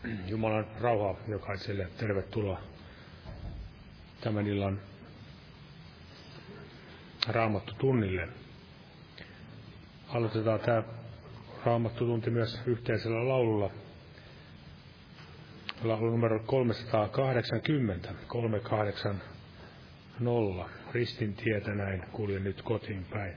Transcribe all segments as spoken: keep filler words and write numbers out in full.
Jumalan rauhaa jokaiselle. Tervetuloa tämän illan Raamattu-tunnille. Aloitetaan tämä Raamattu-tunti myös yhteisellä laululla. Laulu numero kolmesataakahdeksankymmentä, kolmesataakahdeksankymmentä. Ristin tietä näin kuljen nyt kotiin päin.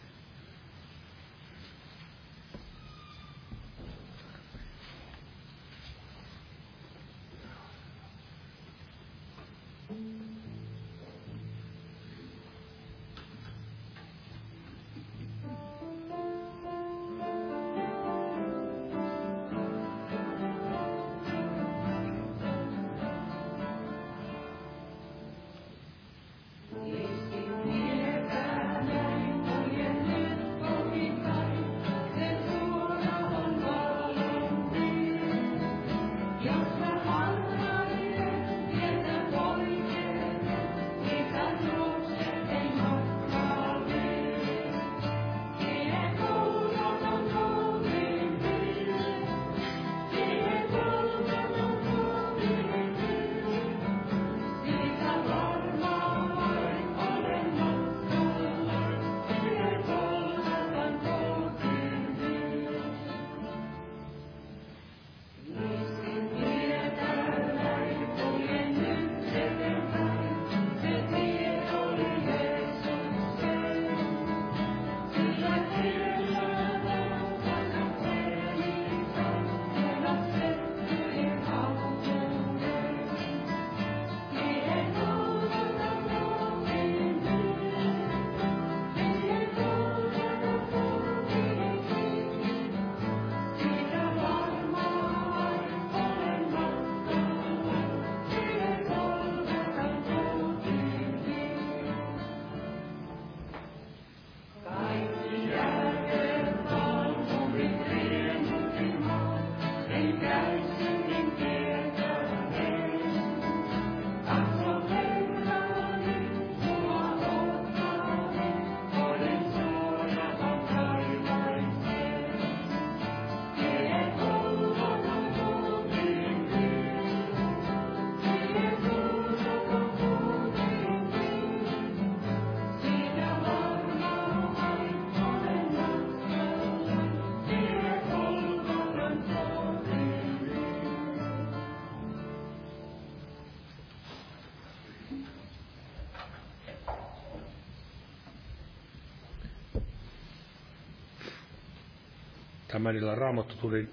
Tämän illan Raamattu-tunnin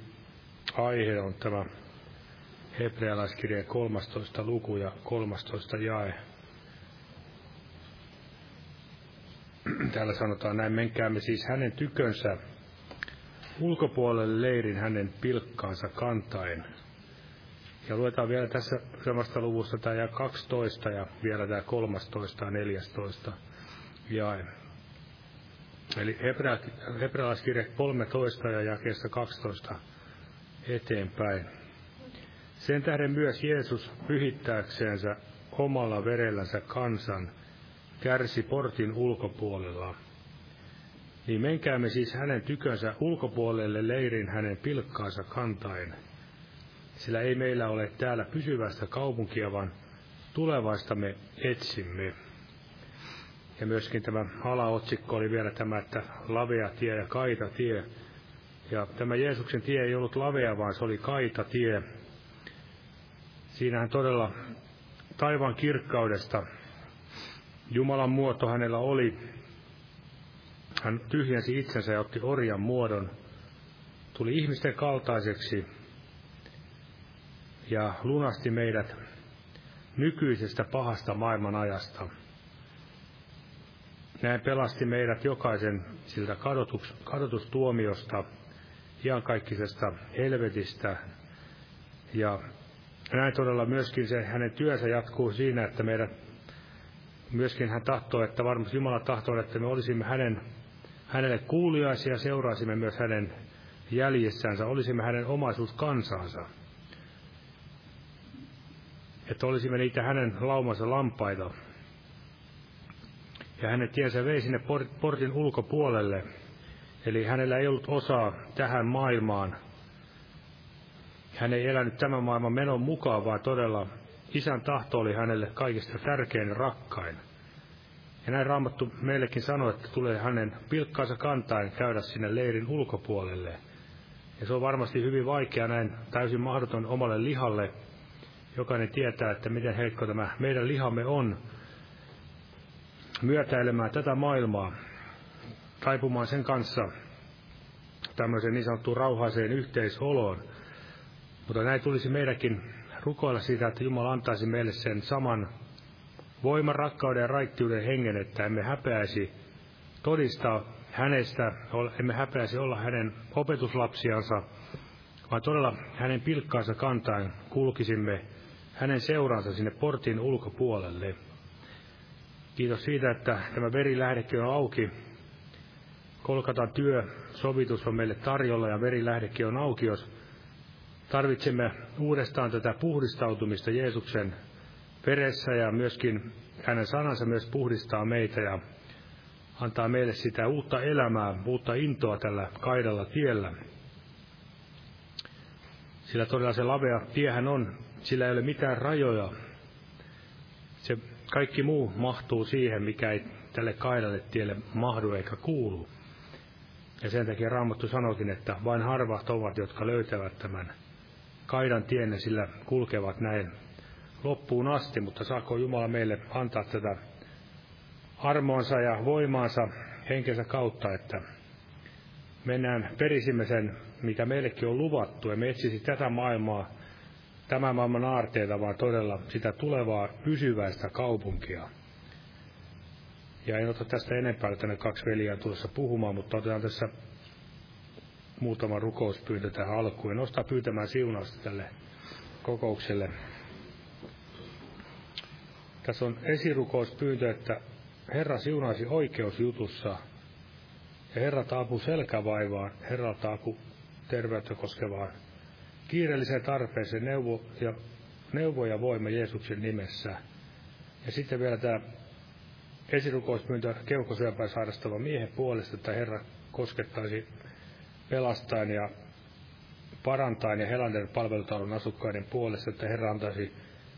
aihe on tämä hebrealaiskirjeen kolmastoista luku ja kolmastoista jae. Täällä sanotaan näin: menkäämme siis hänen tykönsä ulkopuolelle leirin hänen pilkkaansa kantaen. Ja luetaan vielä tässä samasta luvusta tämä jae kaksitoista ja vielä tämä kolmastoista ja neljästoista jae. Eli hebrealaiskirje kolmetoista ja jakeesta kaksitoista eteenpäin. Sen tähden myös Jeesus pyhittääksensä omalla verellänsä kansan kärsi portin ulkopuolella. Niin menkäämme siis hänen tykönsä ulkopuolelle leirin hänen pilkkaansa kantaen. Sillä ei meillä ole täällä pysyvästä kaupunkia, vaan tulevaista me etsimme. Ja myöskin tämä alaotsikko oli vielä tämä, että lavea tie ja kaita tie. Ja tämä Jeesuksen tie ei ollut lavea, vaan se oli kaita tie. Siinähän todella taivaan kirkkaudesta Jumalan muoto hänellä oli. Hän tyhjensi itsensä ja otti orjan muodon, tuli ihmisten kaltaiseksi ja lunasti meidät nykyisestä pahasta maailman ajasta. Näin pelasti meidät jokaisen siltä kadotus, kadotustuomiosta, iankaikkisesta helvetistä. Ja näin todella myöskin se hänen työnsä jatkuu siinä, että meidät myöskin hän tahtoo, että varmasti Jumala tahtoo, että me olisimme hänen, hänelle kuuliaisia ja seuraisimme myös hänen jäljessänsä, olisimme hänen omaisuuskansansa. Että olisimme niitä hänen laumansa lampaita. Ja hänen tiensä vei sinne portin ulkopuolelle. Eli hänellä ei ollut osaa tähän maailmaan. hän ei elänyt tämän maailman menon mukaan, vaan todella Isän tahto oli hänelle kaikista tärkein ja rakkain. Ja näin Raamattu meillekin sanoi, että tulee hänen pilkkaansa kantaen käydä sinne leirin ulkopuolelle. Ja se on varmasti hyvin vaikea, näin täysin mahdoton omalle lihalle. Jokainen tietää, että miten heikko tämä meidän lihamme on myötäilemään tätä maailmaa, taipumaan sen kanssa tämmöiseen niin sanottuun rauhaiseen yhteisoloon. Mutta näin tulisi meidänkin rukoilla siitä, että Jumala antaisi meille sen saman voiman, rakkauden ja raittiuden hengen, että emme häpeäisi todistaa hänestä, emme häpeäisi olla hänen opetuslapsiansa, vaan todella hänen pilkkaansa kantaen kulkisimme hänen seuransa sinne portin ulkopuolelle. Kiitos siitä, että tämä verilähdekin on auki. Kolkatan työ, sovitus on meille tarjolla ja verilähdekin on auki, jos tarvitsemme uudestaan tätä puhdistautumista Jeesuksen veressä ja myöskin hänen sanansa myös puhdistaa meitä ja antaa meille sitä uutta elämää, uutta intoa tällä kaidalla tiellä. Sillä todella se lavea tiehän on, sillä ei ole mitään rajoja. Se kaikki muu mahtuu siihen, mikä ei tälle kaidalle tielle mahdu eikä kuulu. Ja sen takia Raamattu sanoikin, että vain harvat ovat, jotka löytävät tämän kaidan tien ja sillä kulkevat näin loppuun asti, mutta saako Jumala meille antaa tätä armoansa ja voimaansa henkensä kautta, että mennään perisimme sen, mikä meillekin on luvattu, ja me etsisi tätä maailmaa, tämän maailman aarteita, vaan todella sitä tulevaa pysyväistä kaupunkia. Ja en ota tästä enempää, tänne kaksi veljää tulossa puhumaan, mutta otetaan tässä muutama rukouspyyntö tähän alkuun. Ja nostaa pyytämään siunausta tälle kokoukselle. Tässä on esirukouspyyntö, että Herra siunaisi oikeusjutussa ja Herra taapu selkävaivaan, Herra taapu terveyttä koskevaan kiireelliseen tarpeeseen neuvo ja, neuvo ja voima Jeesuksen nimessä. Ja sitten vielä tämä esirukouspyyntö keuhkosyöpää sairastava miehen puolesta, että Herra koskettaisi pelastaen ja parantaen ja Helanderin palvelutalon asukkaiden puolesta, että Herra antaisi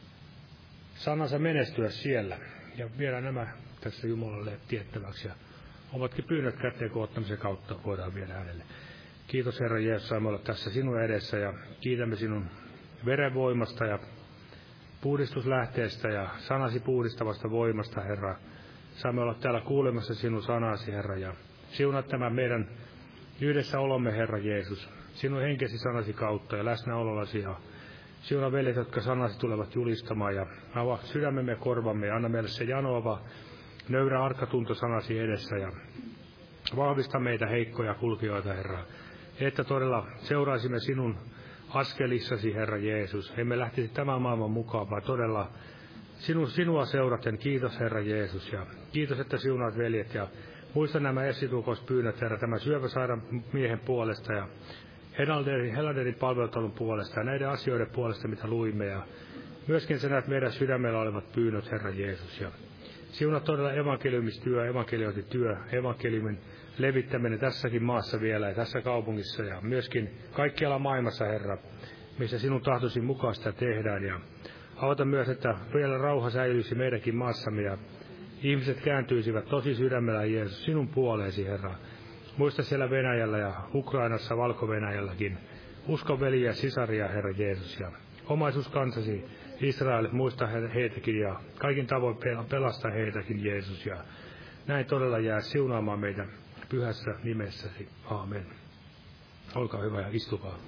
sanansa menestyä siellä. Ja vielä nämä tässä Jumalalle tiettäväksi. Ja ovatkin pyynnöt kätteen koottamisen kautta voidaan viedä hänelle. Kiitos Herra Jeesus, saamme olla tässä sinun edessä ja kiitämme sinun verenvoimasta ja puhdistuslähteestä ja sanasi puhdistavasta voimasta, Herra. Saamme olla täällä kuulemassa sinun sanasi, Herra, ja siunat tämän meidän yhdessä olomme, Herra Jeesus, sinun henkesi sanasi kautta ja läsnäolollasi ja siunaa veljet, jotka sanasi tulevat julistamaan ja avaa sydämemme ja korvamme ja anna meille se janoava, nöyrä arkatunto sanasi edessä ja vahvista meitä heikkoja kulkijoita, Herra, että todella seuraisimme sinun askelissasi, Herra Jeesus. Emme lähtisi tämän maailman mukaan, vaan todella sinun, sinua seuraten. Kiitos, Herra Jeesus, ja kiitos, että siunaat veljet ja muista nämä esirukouspyynnöt, Herra, tämän syöpäsairaan miehen puolesta ja Helanderin, Helanderin palvelutalon puolesta ja näiden asioiden puolesta, mitä luimme. Ja myöskin sä näet meidän sydämellä olevat pyynnöt, Herra Jeesus. Ja siunat todella evankeliumistyö, evankeliointityö, evankeliumin levittäminen tässäkin maassa vielä ja tässä kaupungissa ja myöskin kaikkialla maailmassa, Herra, missä sinun tahtosi mukaista tehdään. Ja auta myös, että vielä rauha säilyisi meidänkin maassamme ja ihmiset kääntyisivät tosi sydämellä, Jeesus, sinun puoleesi, Herra. Muista siellä Venäjällä ja Ukrainassa, Valko-Venäjälläkin. Uskon veliä ja sisaria, Herra Jeesus, ja omaisuuskansasi Israel, muista heitäkin ja kaikin tavoin pelasta heitäkin, Jeesus. Ja näin todella jää siunaamaan meitä pyhässä nimessäsi. Aamen. Olkaa hyvä ja istukaa.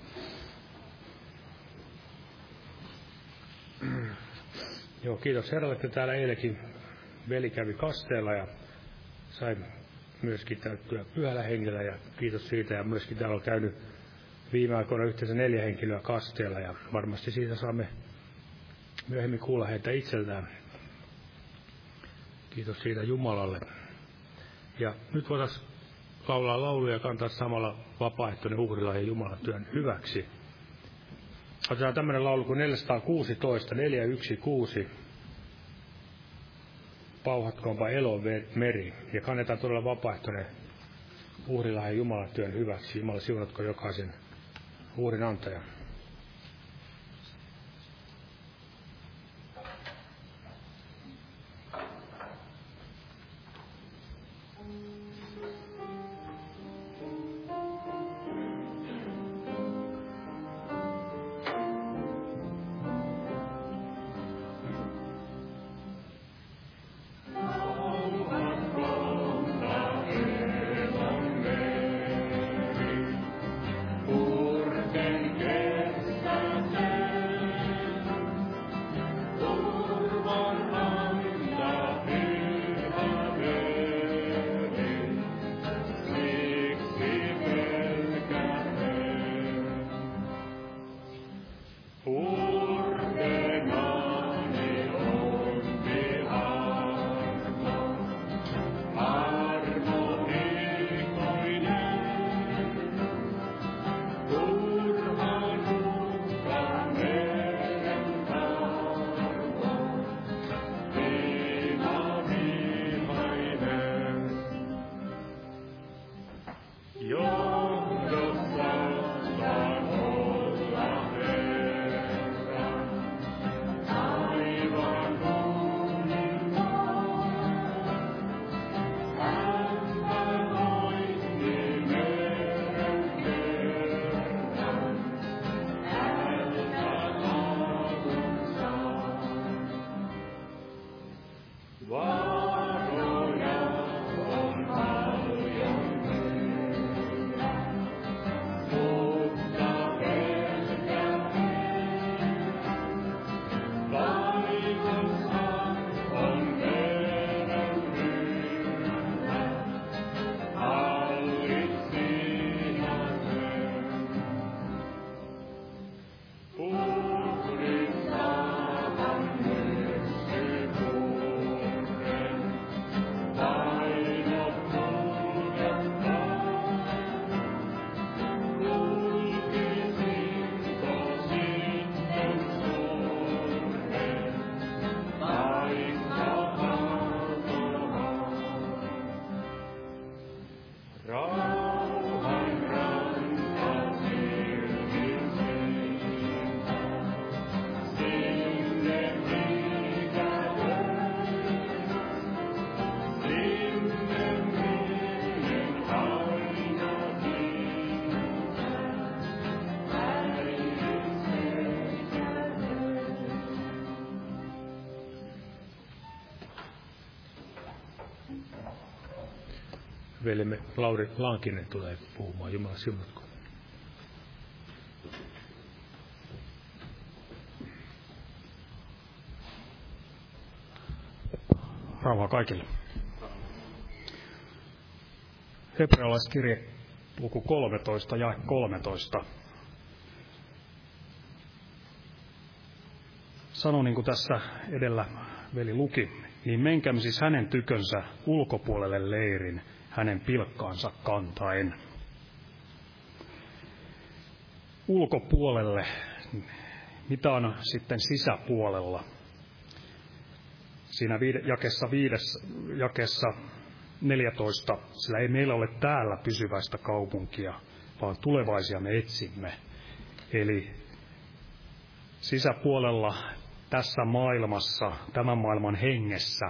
Joo, kiitos Herralle, että täällä eilenkin veli kävi kasteella ja sai myöskin täyttyä pyhällä hengellä ja kiitos siitä. Ja myöskin täällä on käynyt viime aikoina yhteensä neljä henkilöä kasteella ja varmasti siitä saamme myöhemmin kuulla heitä itseltään. Kiitos siitä Jumalalle. Ja nyt voitaisiin laulaa lauluja ja kantaa samalla vapaaehtoinen uhrilahja Jumalan työn hyväksi. Otetaan tämmöinen laulu kuin neljäsataakuusitoista, neljä yksi kuusi. Pauhatkoonpa elon meri. Ja kannetaan todella vapaaehtoinen uhrilahja Jumalan työn hyväksi. Jumala siunatko jokaisen uhrin antajan. veljemme Lauri Lankinen tulee puhumaan. Jumala siunatko. Rauhaa kaikille. Hebrealaiskirje luku kolmetoista ja kolmetoista. Sano niin kuin tässä edellä veli luki, niin menkäämme siis hänen tykönsä ulkopuolelle leirin, hänen pilkkaansa kantaen. Ulkopuolelle, mitä on sitten sisäpuolella? Siinä viide, jakessa, viides, jakessa neljätoista, sillä ei meillä ole täällä pysyväistä kaupunkia, vaan tulevaisia me etsimme. Eli sisäpuolella tässä maailmassa, tämän maailman hengessä,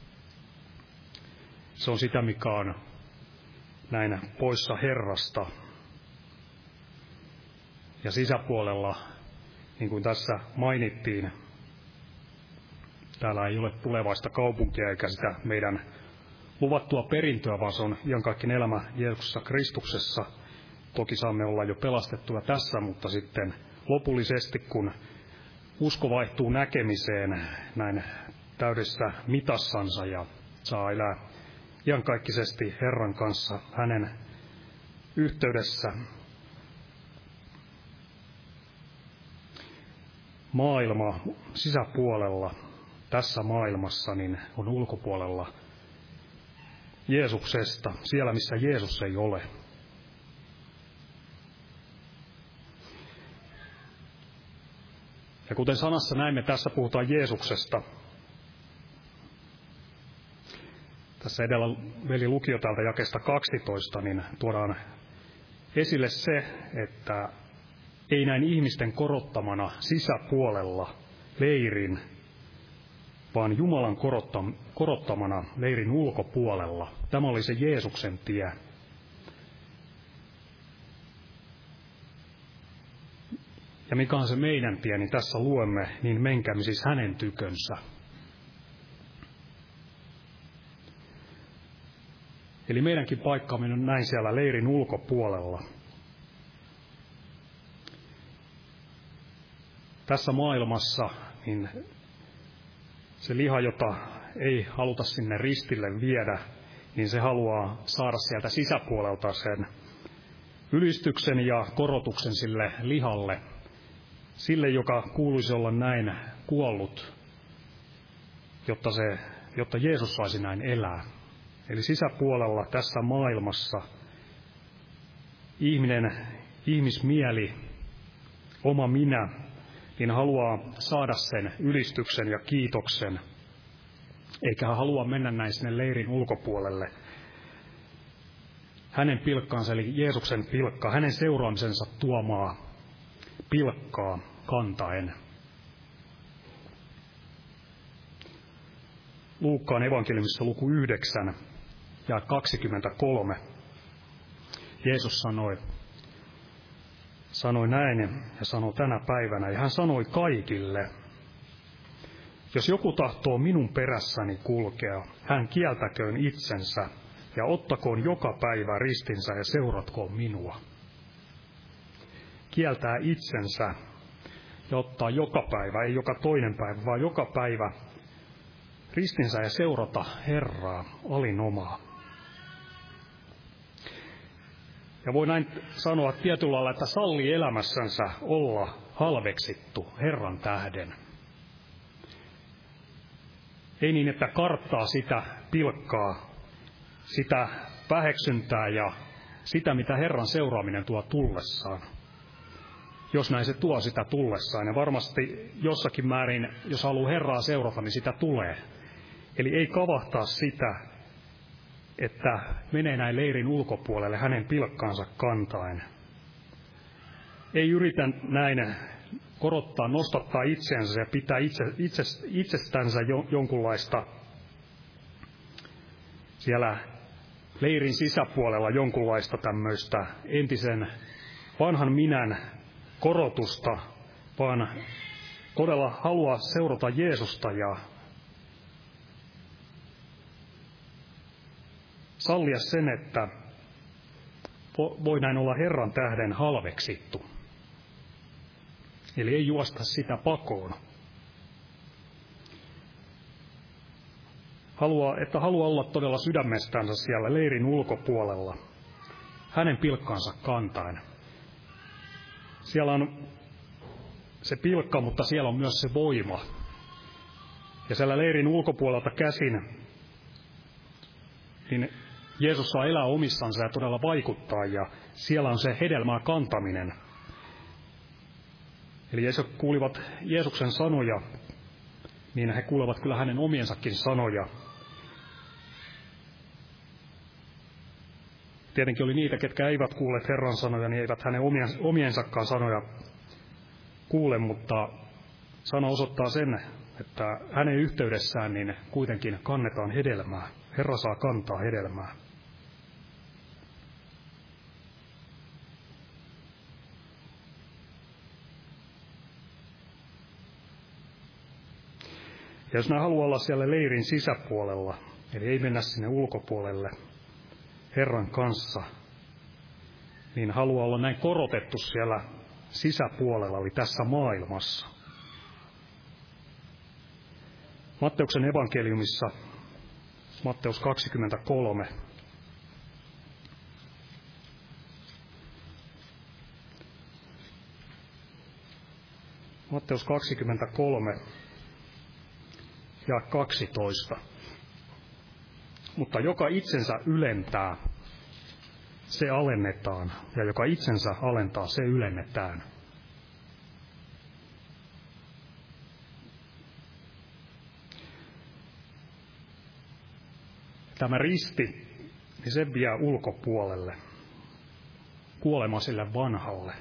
se on sitä, mikä on näin poissa Herrasta. Ja sisäpuolella, niin kuin tässä mainittiin, täällä ei ole tulevaista kaupunkia eikä sitä meidän luvattua perintöä, vaan se on iankaikkinen elämä Jeesuksessa Kristuksessa. Toki saamme olla jo pelastettuja tässä, mutta sitten lopullisesti, kun usko vaihtuu näkemiseen näin täydessä mitassansa ja saa elää iankaikkisesti Herran kanssa hänen yhteydessä. Maailma sisäpuolella, tässä maailmassa, niin on ulkopuolella Jeesuksesta, siellä missä Jeesus ei ole. Ja kuten sanassa näemme, tässä puhutaan Jeesuksesta. Tässä edellä veli lukio täältä jakesta kaksitoista, niin tuodaan esille se, että ei näin ihmisten korottamana sisäpuolella leirin, vaan Jumalan korottamana leirin ulkopuolella. Tämä oli se Jeesuksen tie. Ja mikä on se meidän tie, niin tässä luemme, niin menkäämme siis hänen tykönsä. Eli meidänkin paikkaamme on näin siellä leirin ulkopuolella. Tässä maailmassa, niin se liha, jota ei haluta sinne ristille viedä, niin se haluaa saada sieltä sisäpuolelta sen ylistyksen ja korotuksen sille lihalle, sille, joka kuuluisi olla näin kuollut, jotta, se, jotta Jeesus saisi näin elää. Eli sisäpuolella tässä maailmassa ihminen, ihmismieli, oma minä, niin haluaa saada sen ylistyksen ja kiitoksen, eikä hän halua mennä näin sinne leirin ulkopuolelle. Hänen pilkkaansa, eli Jeesuksen pilkkaa, hänen seuraamisensa tuomaa pilkkaa kantaen. Luukkaan evankeliumissa luku yhdeksän ja kaksikymmentäkolme. Jeesus sanoi, sanoi näin ja sanoi tänä päivänä, ja hän sanoi kaikille, jos joku tahtoo minun perässäni kulkea, hän kieltäköön itsensä ja ottakoon joka päivä ristinsä ja seuratkoon minua. Kieltää itsensä ja ottaa joka päivä, ei joka toinen päivä, vaan joka päivä ristinsä ja seurata Herraa alinomaa. Ja voi näin sanoa tietyllä lailla, että sallii elämässänsä olla halveksittu Herran tähden. Ei niin, että karttaa sitä pilkkaa, sitä väheksyntää ja sitä, mitä Herran seuraaminen tuo tullessaan. Jos näin se tuo sitä tullessaan, ja varmasti jossakin määrin, jos haluaa Herraa seurata, niin sitä tulee. Eli ei kavahtaa sitä, että menee näin leirin ulkopuolelle hänen pilkkaansa kantaen. Ei yritä näin korottaa, nostattaa itseänsä ja pitää itse, itse, itsestänsä jo, jonkunlaista siellä leirin sisäpuolella jonkunlaista tämmöistä entisen vanhan minän korotusta, vaan todella haluaa seurata Jeesusta ja sallia sen, että voi näin olla Herran tähden halveksittu. Eli ei juosta sitä pakoon. Haluaa, että haluaa olla todella sydämestänsä siellä leirin ulkopuolella, hänen pilkkaansa kantaen. Siellä on se pilkka, mutta siellä on myös se voima. Ja siellä leirin ulkopuolelta käsin, niin Jeesus saa elää omissansa ja todella vaikuttaa, ja siellä on se hedelmää kantaminen. Eli Jeesus kuulivat Jeesuksen sanoja, niin he kuulevat kyllä hänen omiensakin sanoja. Tietenkin oli niitä, ketkä eivät kuulleet Herran sanoja, niin eivät hänen omiensakaan sanoja kuule, mutta sana osoittaa sen, että hänen yhteydessään niin kuitenkin kannetaan hedelmää. Herra saa kantaa hedelmää. Ja jos nämä haluaa olla siellä leirin sisäpuolella, eli ei mennä sinne ulkopuolelle Herran kanssa, niin haluaa olla näin korotettu siellä sisäpuolella, eli tässä maailmassa. Matteuksen evankeliumissa, Matteus kaksikymmentäkolme, Matteus kaksikymmentäkolme ja kaksitoista. Mutta joka itsensä ylentää, se alennetaan, ja joka itsensä alentaa, se ylennetään. Tämä risti, niin se vie ulkopuolelle, kuolema sille vanhalle.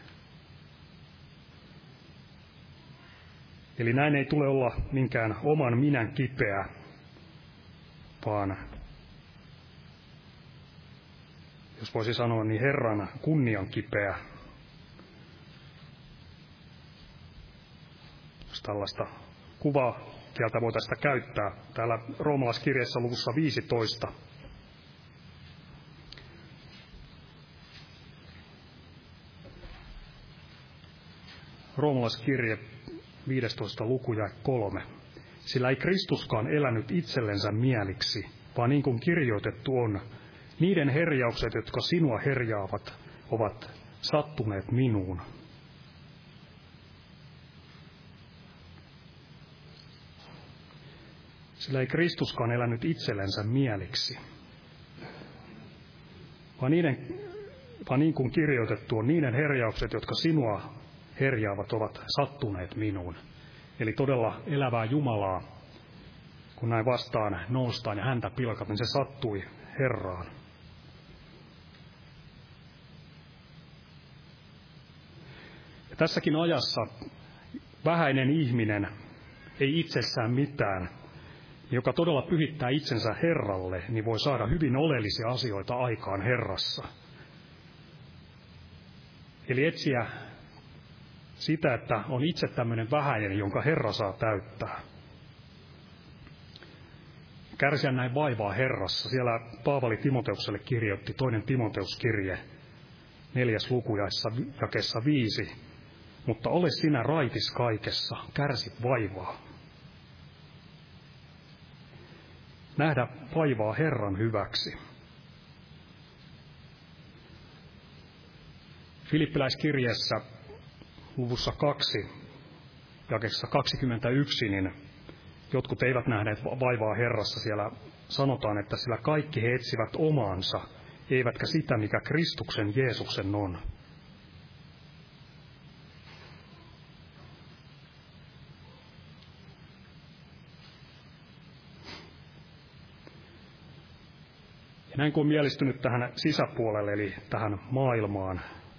Eli näin ei tule olla minkään oman minän kipeä, vaan jos voisi sanoa, niin Herran kunnian kipeä. Jos tällaista kuvaa kieltä voitaisiin käyttää. Täällä roomalaiskirjeessä luvussa viisitoista. Roomalaiskirje viidestoista luku ja kolme. Sillä ei Kristuskaan elänyt itsellensä mieliksi, vaan niin kuin kirjoitettu on, niiden herjaukset, jotka sinua herjaavat, ovat sattuneet minuun. Sillä ei Kristuskaan elänyt itsellensä mieliksi, vaan, niiden, vaan niin kuin kirjoitettu on, niiden herjaukset, jotka sinua herjaavat, ovat sattuneet minuun. Eli todella elävää Jumalaa, kun näin vastaan noustaan ja häntä pilkat, niin se sattui Herraan. Ja tässäkin ajassa vähäinen ihminen, ei itsessään mitään, joka todella pyhittää itsensä Herralle, niin voi saada hyvin oleellisia asioita aikaan Herrassa. Eli etsiä sitä, että on itse tämmöinen vähäinen, jonka Herra saa täyttää. Kärsiä näin vaivaa Herrassa. Siellä Paavali Timoteukselle kirjoitti, toinen Timoteuskirje, neljäs luku jakeessa viisi. Mutta ole sinä raitis kaikessa, kärsi vaivaa. Nähdä vaivaa Herran hyväksi. Filippiläiskirjeessä luvussa kaksi, jakeessa kaksikymmentäyksi, niin jotkut eivät nähneet vaivaa Herrassa. Siellä sanotaan, että sillä kaikki he etsivät omaansa, eivätkä sitä, mikä Kristuksen Jeesuksen on. Ja näin kun on mielistynyt tähän sisäpuolelle, eli tähän maailmaan,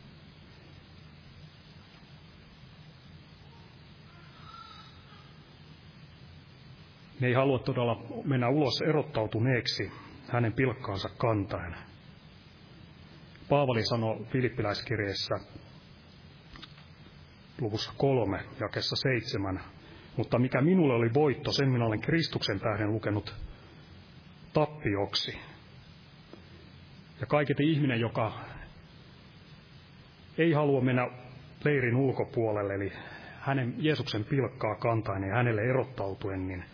ne ei halua todella mennä ulos erottautuneeksi hänen pilkkaansa kantaen. Paavali sanoi Filippiläiskirjeessä luvussa kolme, jakessa seitsemän, mutta mikä minulle oli voitto, sen minä olen Kristuksen tähden lukenut tappioksi. Ja kaiketi ihminen, joka ei halua mennä leirin ulkopuolelle, eli hänen Jeesuksen pilkkaa kantaen ja hänelle erottautuen, niin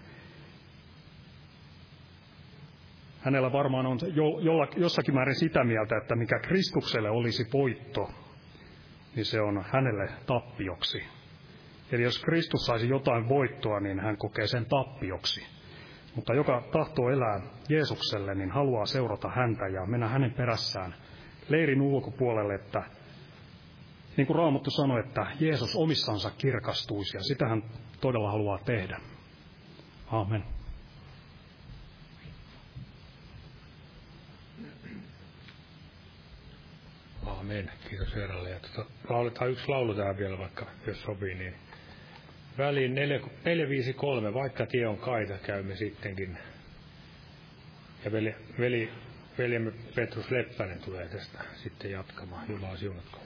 hänellä varmaan on jo, jossakin määrin sitä mieltä, että mikä Kristukselle olisi voitto, niin se on hänelle tappioksi. Eli jos Kristus saisi jotain voittoa, niin hän kokee sen tappioksi. Mutta joka tahtoo elää Jeesukselle, niin haluaa seurata häntä ja mennä hänen perässään leirin ulkopuolelle, että niin kuin Raamattu sanoi, että Jeesus omissansa kirkastuisi, ja sitä hän todella haluaa tehdä. Aamen. Aamen. Kiitos Herralle. Ja tuota, lauletaan yksi laulu tähän vielä, vaikka jos sopii, niin väliin neljä viisi kolme, vaikka tie on kaita, käymme sittenkin. Ja veli, veli, veljemme Petrus Leppänen tulee tästä sitten jatkamaan. Jumala siunatkoon.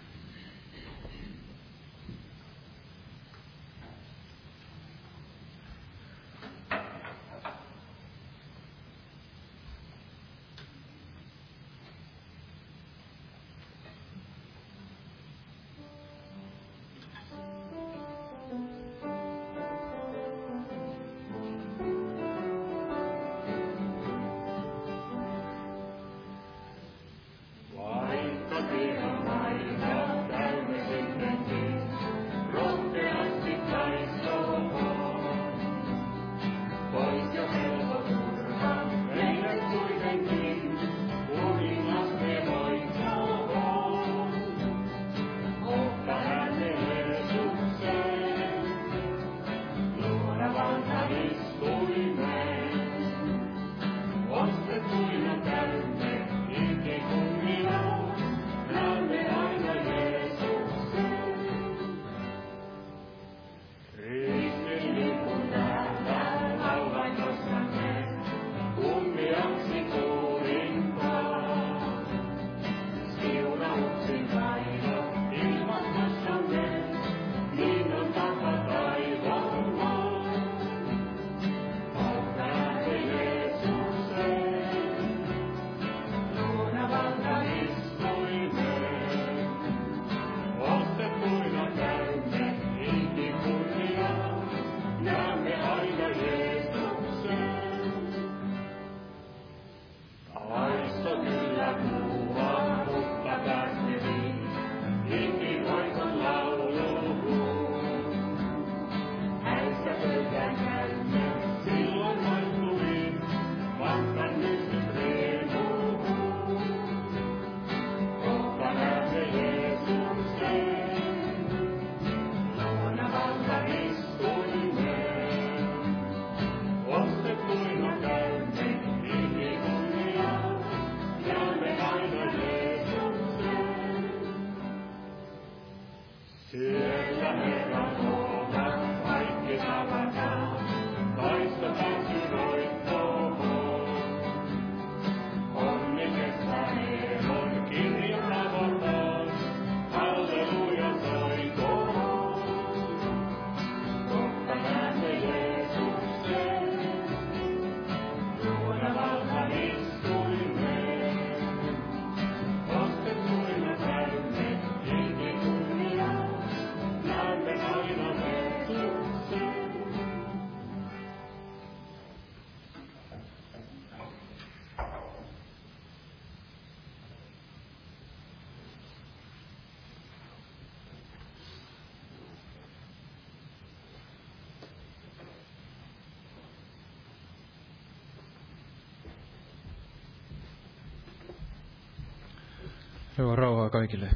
Joo, rauhaa kaikille.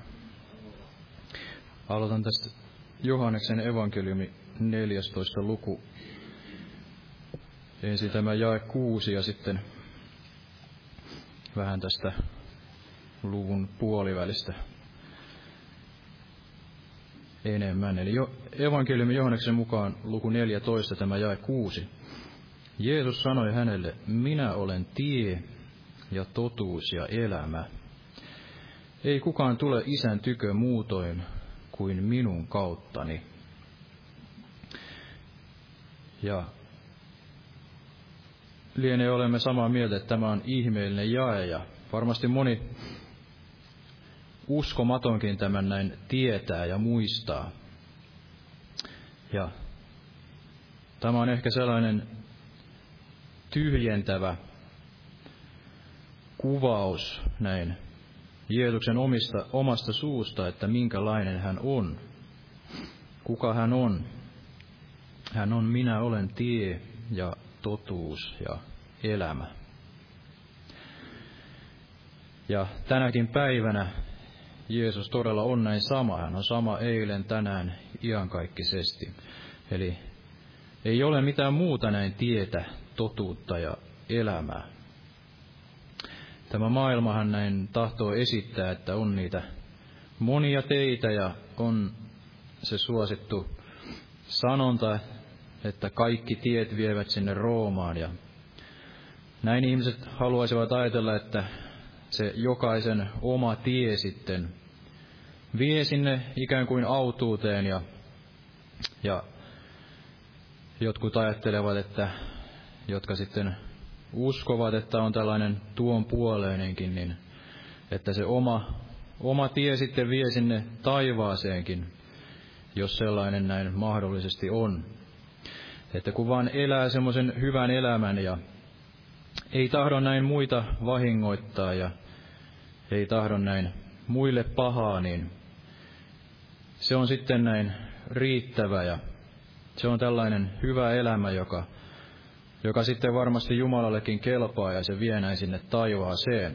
Aloitan tästä Johanneksen evankeliumi neljästoista luku. Ensin tämä jae kuusi ja sitten vähän tästä luvun puolivälistä enemmän. Eli jo, evankeliumi Johanneksen mukaan luku neljätoista, tämä jae kuusi. Jeesus sanoi hänelle, minä olen tie ja totuus ja elämä. Ei kukaan tule Isän tykö muutoin kuin minun kauttani. Ja lienee olemme samaa mieltä, että tämä on ihmeellinen jae, ja varmasti moni uskomatonkin tämän näin tietää ja muistaa. Ja tämä on ehkä sellainen tyhjentävä kuvaus näin Jeesuksen omista, omasta suusta, että minkälainen hän on, kuka hän on. Hän on minä olen tie ja totuus ja elämä. Ja tänäkin päivänä Jeesus todella on näin sama. Hän on sama eilen, tänään, iankaikkisesti. Eli ei ole mitään muuta näin tietä, totuutta ja elämää. Tämä maailmahan näin tahtoo esittää, että on niitä monia teitä ja on se suosittu sanonta, että kaikki tiet vievät sinne Roomaan. Ja näin ihmiset haluaisivat ajatella, että se jokaisen oma tie sitten vie sinne ikään kuin autuuteen ja, ja jotkut ajattelevat, että jotka sitten uskovat, että on tällainen tuon puoleinenkin, niin että se oma, oma tie sitten vie sinne taivaaseenkin, jos sellainen näin mahdollisesti on. Että kun vaan elää semmoisen hyvän elämän ja ei tahdo näin muita vahingoittaa ja ei tahdo näin muille pahaa, niin se on sitten näin riittävä ja se on tällainen hyvä elämä, joka, joka sitten varmasti Jumalallekin kelpaa ja se vie näin sinne taivaaseen.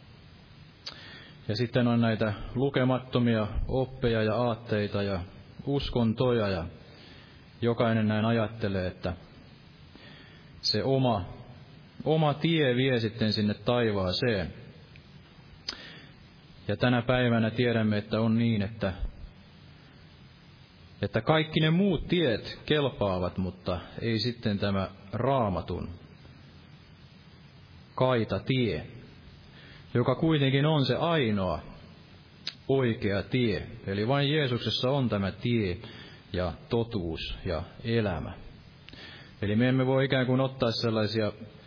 Ja sitten on näitä lukemattomia oppeja ja aatteita ja uskontoja ja jokainen näin ajattelee, että se oma, oma tie vie sitten sinne taivaaseen. Ja tänä päivänä tiedämme, että on niin, että, että kaikki ne muut tiet kelpaavat, mutta ei sitten tämä Raamatun kaita tie, joka kuitenkin on se ainoa oikea tie. Eli vain Jeesuksessa on tämä tie ja totuus ja elämä. Eli me emme voi ikään kuin ottaa sellaisia,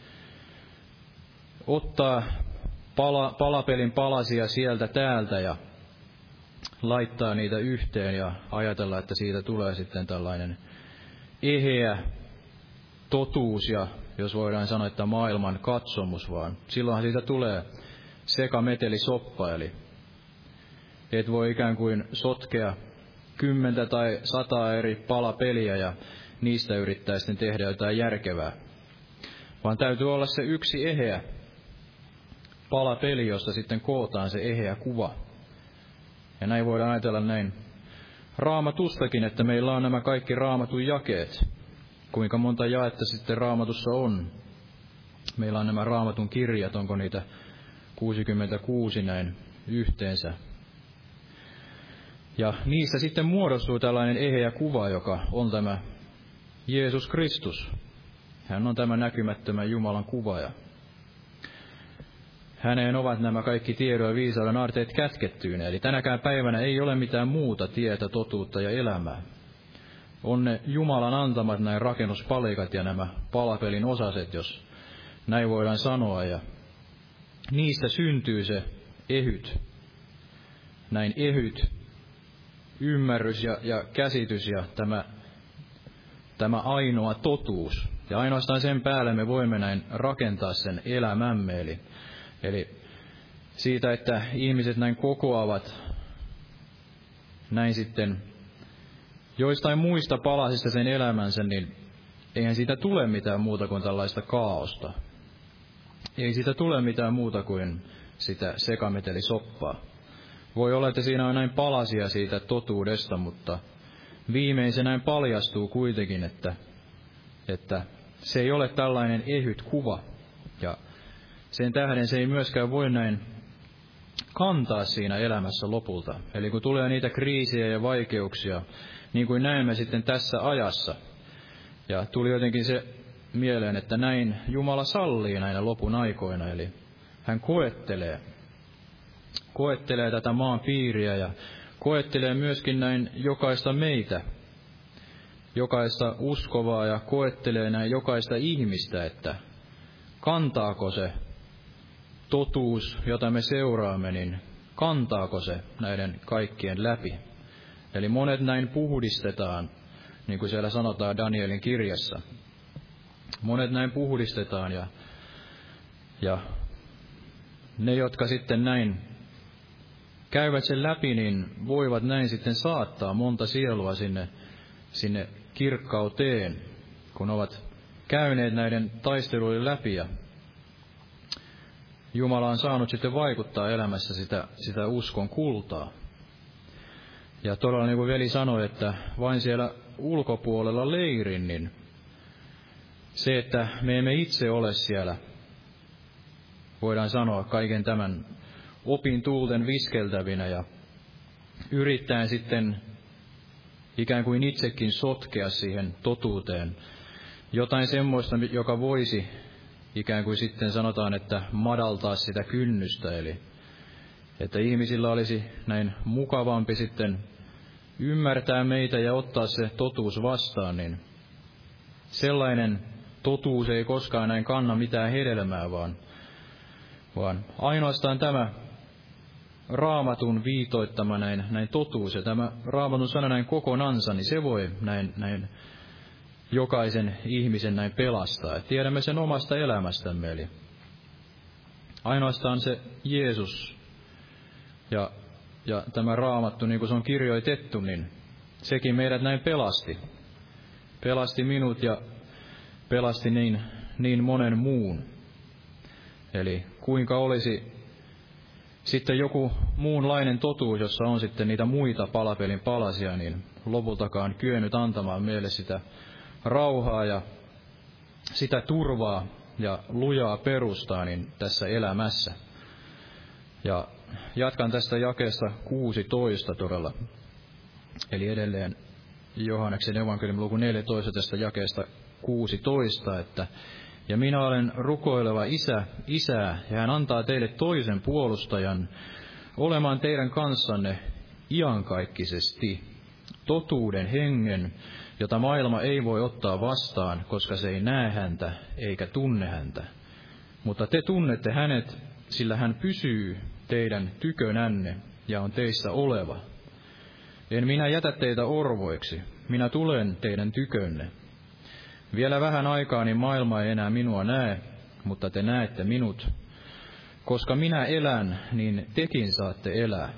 ottaa pala, palapelin palasia sieltä täältä ja laittaa niitä yhteen ja ajatella, että siitä tulee sitten tällainen eheä totuus ja jos voidaan sanoa, että maailman katsomus, vaan silloinhan siitä tulee sekametelisoppa, eli et voi ikään kuin sotkea kymmentä tai sataa eri palapeliä ja niistä yrittää sitten tehdä jotain järkevää. Vaan täytyy olla se yksi eheä palapeli, josta sitten kootaan se eheä kuva. Ja näin voidaan ajatella näin Raamatustakin, että meillä on nämä kaikki Raamatun jakeet. Kuinka monta jaetta sitten Raamatussa on? Meillä on nämä Raamatun kirjat, onko niitä kuusikymmentäkuusi näin yhteensä. Ja niistä sitten muodostuu tällainen eheä kuva, joka on tämä Jeesus Kristus. Hän on tämä näkymättömän Jumalan kuva ja häneen ovat nämä kaikki tiedon ja viisauden aarteet kätkettyinä. Eli tänäkään päivänä ei ole mitään muuta tietä, totuutta ja elämää. On ne Jumalan antamat näin rakennuspalikat ja nämä palapelin osaset, jos näin voidaan sanoa. Ja niistä syntyy se ehyt, näin ehyt ymmärrys ja, ja käsitys ja tämä, tämä ainoa totuus. Ja ainoastaan sen päälle me voimme näin rakentaa sen elämämme. Eli, eli siitä, että ihmiset näin kokoavat näin sitten joistain muista palasista sen elämänsä, niin eihän siitä tule mitään muuta kuin tällaista kaaosta. Ei siitä tule mitään muuta kuin sitä sekametelisoppaa. Voi olla, että siinä on näin palasia siitä totuudesta, mutta viimein se näin paljastuu kuitenkin, että, että se ei ole tällainen ehyt kuva. Ja sen tähden se ei myöskään voi näin kantaa siinä elämässä lopulta. Eli kun tulee niitä kriisejä ja vaikeuksia, niin kuin näemme sitten tässä ajassa. Ja tuli jotenkin se mieleen, että näin Jumala sallii näinä lopun aikoina, eli hän koettelee. Koettelee tätä maan piiriä ja koettelee myöskin näin jokaista meitä, jokaista uskovaa ja koettelee näin jokaista ihmistä, että kantaako se totuus, jota me seuraamme, niin kantaako se näiden kaikkien läpi? Eli monet näin puhdistetaan, niin kuin siellä sanotaan Danielin kirjassa. Monet näin puhdistetaan ja, ja ne, jotka sitten näin käyvät sen läpi, niin voivat näin sitten saattaa monta sielua sinne, sinne kirkkauteen, kun ovat käyneet näiden taisteluiden läpi. Ja Jumala on saanut sitten vaikuttaa elämässä sitä, sitä uskon kultaa. Ja todella niin kuin veli sanoi, että vain siellä ulkopuolella leirin, niin se, että me emme itse ole siellä, voidaan sanoa kaiken tämän opin tuulten viskeltävinä ja yrittäen sitten ikään kuin itsekin sotkea siihen totuuteen jotain semmoista, joka voisi ikään kuin sitten sanotaan, että madaltaa sitä kynnystä, eli että ihmisillä olisi näin mukavampi sitten ymmärtää meitä ja ottaa se totuus vastaan, niin sellainen totuus ei koskaan näin kanna mitään hedelmää, vaan, vaan ainoastaan tämä Raamatun viitoittama näin, näin totuus ja tämä Raamatun sana näin kokonansa, niin se voi näin, näin jokaisen ihmisen näin pelastaa. Et tiedämme sen omasta elämästämme, eli ainoastaan se Jeesus ja, ja tämä Raamattu, niin kuin se on kirjoitettu, niin sekin meidät näin pelasti. Pelasti minut ja pelasti niin, niin monen muun. Eli kuinka olisi sitten joku muunlainen totuus, jossa on sitten niitä muita palapelin palasia, niin lopultakaan kyennyt antamaan meille sitä rauhaa ja sitä turvaa ja lujaa perustaa niin tässä elämässä. Ja jatkan tästä jakeesta kuusitoista todella. Eli edelleen Johanneksen evankeliumin luku neljätoista tästä jakeesta kuusitoista, että ja minä olen rukoileva isä, isää, ja hän antaa teille toisen puolustajan olemaan teidän kanssanne iankaikkisesti, totuuden hengen, jota maailma ei voi ottaa vastaan, koska se ei näe häntä eikä tunne häntä. Mutta te tunnette hänet, sillä hän pysyy teidän tykönänne ja on teissä oleva. En minä jätä teitä orvoiksi, minä tulen teidän tykönne. Vielä vähän aikaa, niin maailma ei enää minua näe, mutta te näette minut. Koska minä elän, niin tekin saatte elää.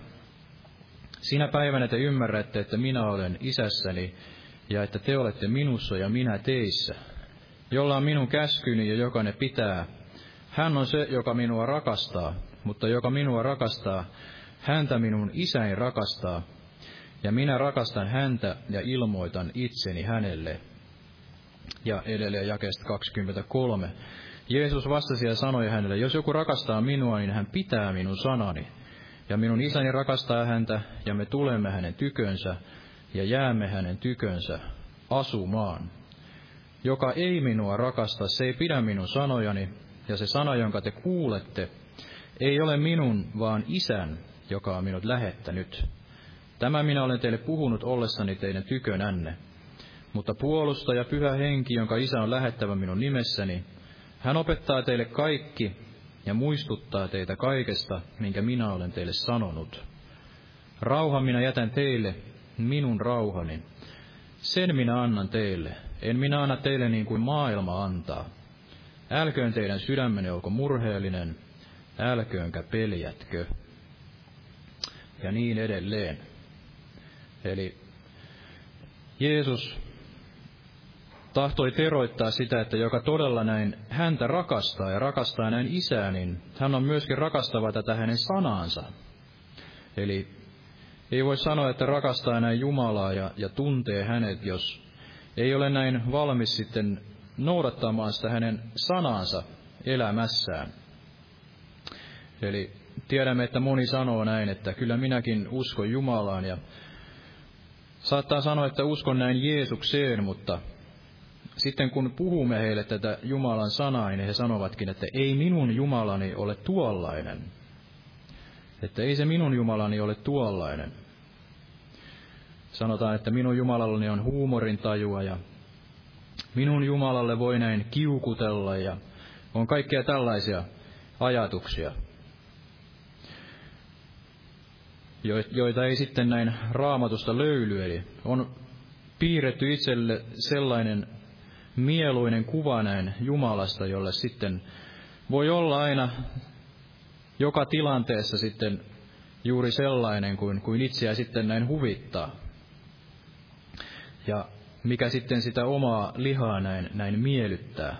Sinä päivänä te ymmärrätte, että minä olen isässäni, ja että te olette minussa ja minä teissä. Jolla on minun käskyni ja joka ne pitää. Hän on se, joka minua rakastaa, mutta joka minua rakastaa, häntä minun isäni rakastaa. Ja minä rakastan häntä ja ilmoitan itseni hänelle. Ja edelleen jakeesta kaksikymmentäkolme. Jeesus vastasi ja sanoi hänelle, jos joku rakastaa minua, niin hän pitää minun sanani. Ja minun isäni rakastaa häntä, ja me tulemme hänen tykönsä, ja jäämme hänen tykönsä asumaan. Joka ei minua rakasta, se ei pidä minun sanojani, ja se sana, jonka te kuulette, ei ole minun, vaan isän, joka on minut lähettänyt. Tämä minä olen teille puhunut ollessani teidän tykönänne. Mutta puolustaja Pyhä Henki, jonka isä on lähettävä minun nimessäni, hän opettaa teille kaikki ja muistuttaa teitä kaikesta, minkä minä olen teille sanonut. Rauhan minä jätän teille, minun rauhani. Sen minä annan teille. En minä anna teille niin kuin maailma antaa. Älköön teidän sydämenne olko murheellinen, älköönkä peljätkö. Ja niin edelleen. Eli Jeesus tahtoi teroittaa sitä, että joka todella näin häntä rakastaa ja rakastaa näin isää, niin hän on myöskin rakastava tätä hänen sanaansa. Eli ei voi sanoa, että rakastaa näin Jumalaa ja, ja tuntee hänet, jos ei ole näin valmis sitten noudattamaan sitä hänen sanaansa elämässään. Eli tiedämme, että moni sanoo näin, että kyllä minäkin uskon Jumalaan ja saattaa sanoa, että uskon näin Jeesukseen, mutta sitten kun puhumme heille tätä Jumalan sanaa, niin he sanovatkin, että ei minun Jumalani ole tuollainen. Että ei se minun Jumalani ole tuollainen. Sanotaan, että minun Jumalallani on huumorintajua ja minun Jumalalle voi näin kiukutella ja on kaikkea tällaisia ajatuksia, joita ei sitten näin Raamatusta löydy. Eli on piirretty itselle sellainen mieluinen kuva näin Jumalasta, jolle sitten voi olla aina joka tilanteessa sitten juuri sellainen kuin, kuin itseä sitten näin huvittaa. Ja mikä sitten sitä omaa lihaa näin, näin miellyttää.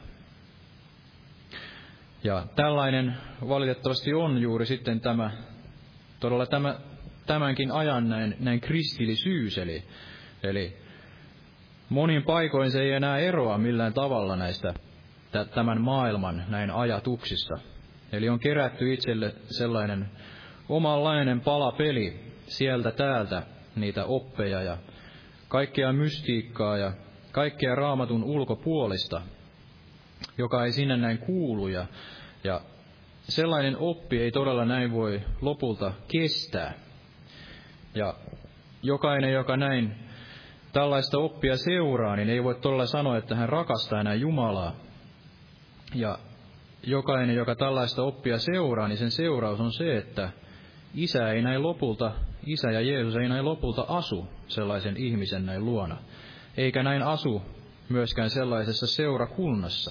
Ja tällainen valitettavasti on juuri sitten tämä, todella tämä, tämänkin ajan näin, näin kristillisyys, eli, eli monin paikoin se ei enää eroa millään tavalla näistä tämän maailman näin ajatuksista. Eli on kerätty itselle sellainen omanlainen palapeli sieltä täältä, niitä oppeja ja kaikkea mystiikkaa ja kaikkea Raamatun ulkopuolista, joka ei sinne näin kuulu. Ja, ja sellainen oppi ei todella näin voi lopulta kestää. Ja jokainen, joka näin tällaista oppia seuraa, niin ei voi todella sanoa, että hän rakastaa enää Jumalaa. Ja jokainen, joka tällaista oppia seuraa, niin sen seuraus on se, että Isä ei näin lopulta, Isä ja Jeesus ei näin lopulta asu sellaisen ihmisen näin luona, eikä näin asu myöskään sellaisessa seurakunnassa.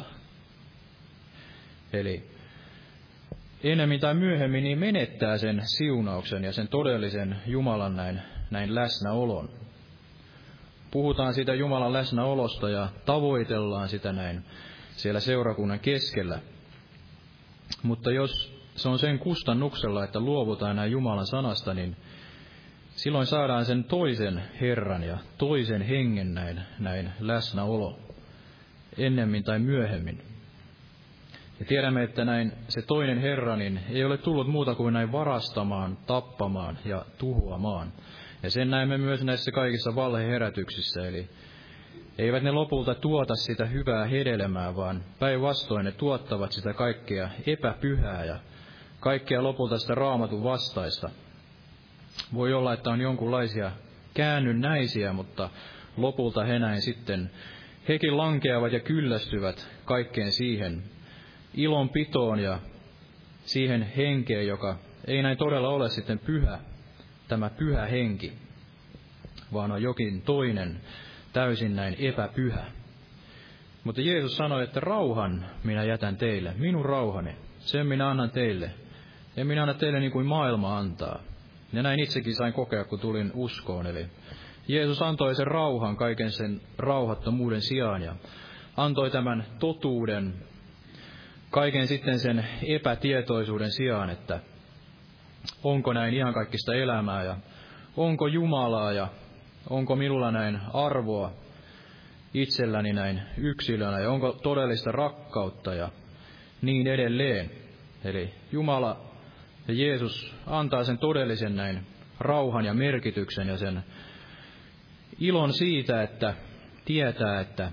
Eli enemmän tai myöhemmin niin menettää sen siunauksen ja sen todellisen Jumalan näin, näin läsnäolon. Puhutaan siitä Jumalan läsnäolosta ja tavoitellaan sitä näin siellä seurakunnan keskellä. Mutta jos se on sen kustannuksella, että luovutaan näin Jumalan sanasta, niin silloin saadaan sen toisen Herran ja toisen hengen näin, näin läsnäolo ennemmin tai myöhemmin. Ja tiedämme, että näin se toinen Herra niin ei ole tullut muuta kuin näin varastamaan, tappamaan ja tuhoamaan. Ja sen näemme myös näissä kaikissa valheherätyksissä, eli eivät ne lopulta tuota sitä hyvää hedelmää, vaan päinvastoin ne tuottavat sitä kaikkea epäpyhää ja kaikkea lopulta sitä Raamatun vastaista. Voi olla, että on jonkunlaisia käännynnäisiä, mutta lopulta he näin sitten, hekin lankeavat ja kyllästyvät kaikkeen siihen ilonpitoon ja siihen henkeen, joka ei näin todella ole sitten pyhä, tämä pyhä henki, vaan on jokin toinen, täysin näin epäpyhä. Mutta Jeesus sanoi, että rauhan minä jätän teille, minun rauhani, sen minä annan teille. En minä anna teille niin kuin maailma antaa. Ja näin itsekin sain kokea, kun tulin uskoon. Eli Jeesus antoi sen rauhan kaiken sen rauhattomuuden sijaan ja antoi tämän totuuden kaiken sitten sen epätietoisuuden sijaan, että onko näin ihan kaikista elämää ja onko Jumalaa ja onko minulla näin arvoa itselläni näin yksilönä ja onko todellista rakkautta ja niin edelleen. Eli Jumala ja Jeesus antaa sen todellisen näin rauhan ja merkityksen ja sen ilon siitä, että tietää, että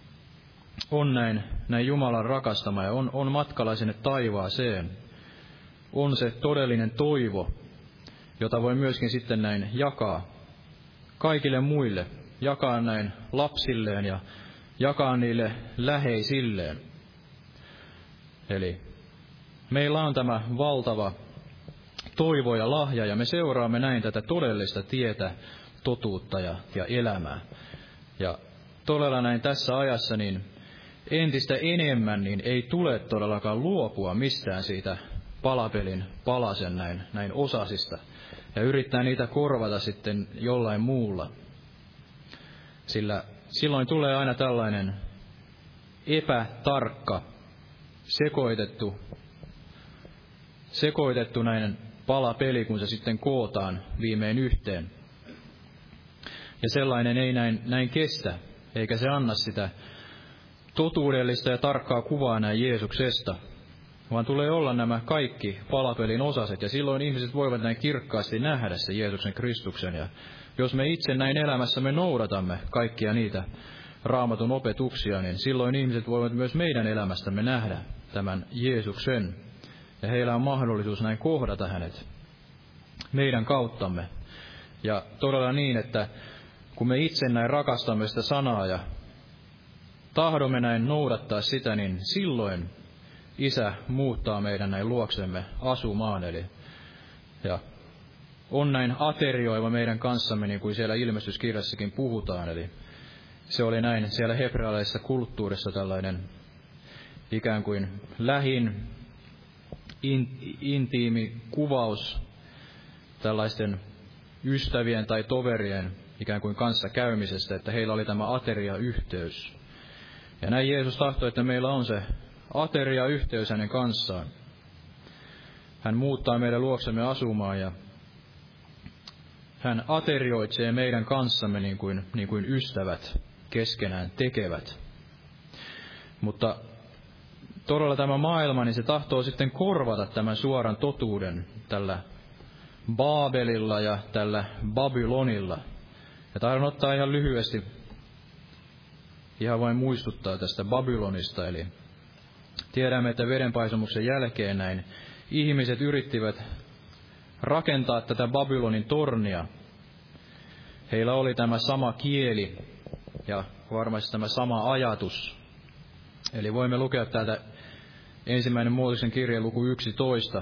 on näin, näin Jumalan rakastama ja on, on matkalla sinne taivaaseen. On se todellinen toivo, jota voi myöskin sitten näin jakaa kaikille muille, jakaa näin lapsilleen ja jakaa niille läheisilleen. Eli meillä on tämä valtava toivo ja lahja, ja me seuraamme näin tätä todellista tietä, totuutta ja, ja elämää. Ja todella näin tässä ajassa, niin entistä enemmän niin ei tule todellakaan luopua mistään siitä palapelin palasen näin, näin osasista, ja yrittää niitä korvata sitten jollain muulla. Sillä silloin tulee aina tällainen epätarkka, sekoitettu, sekoitettu näin palapeli, kun se sitten kootaan viimein yhteen. Ja sellainen ei näin, näin kestä, eikä se anna sitä totuudellista ja tarkkaa kuvaa näin Jeesuksesta, vaan tulee olla nämä kaikki palapelin osaset, ja silloin ihmiset voivat näin kirkkaasti nähdä se Jeesuksen Kristuksen. Ja jos me itse näin elämässämme noudatamme kaikkia niitä Raamatun opetuksia, niin silloin ihmiset voivat myös meidän elämästämme nähdä tämän Jeesuksen, ja heillä on mahdollisuus näin kohdata hänet meidän kauttamme. Ja todella niin, että kun me itse näin rakastamme sitä sanaa ja tahdomme näin noudattaa sitä, niin silloin Isä muuttaa meidän näin luoksemme asumaan, eli ja on näin aterioiva meidän kanssamme, niin kuin siellä ilmestyskirjassakin puhutaan, eli se oli näin siellä hebrealaisessa kulttuurissa tällainen ikään kuin lähin, in, intiimi kuvaus tällaisten ystävien tai toverien ikään kuin kanssa käymisestä, että heillä oli tämä ateriayhteys. Ja näin Jeesus tahtoi, että meillä on se ateriayhteys hänen kanssaan. Hän muuttaa meidän luoksemme asumaan ja hän aterioitsee meidän kanssamme niin kuin, niin kuin ystävät keskenään tekevät. Mutta todella tämä maailma, niin se tahtoo sitten korvata tämän suoran totuuden tällä Baabelilla ja tällä Babylonilla. Ja tahdon ottaa ihan lyhyesti, ihan vain muistuttaa tästä Babylonista. Eli tiedämme, että vedenpaisumuksen jälkeen näin ihmiset yrittivät rakentaa tätä Babylonin tornia. Heillä oli tämä sama kieli ja varmasti tämä sama ajatus. Eli voimme lukea täältä ensimmäinen Mooseksen kirja luku yksitoista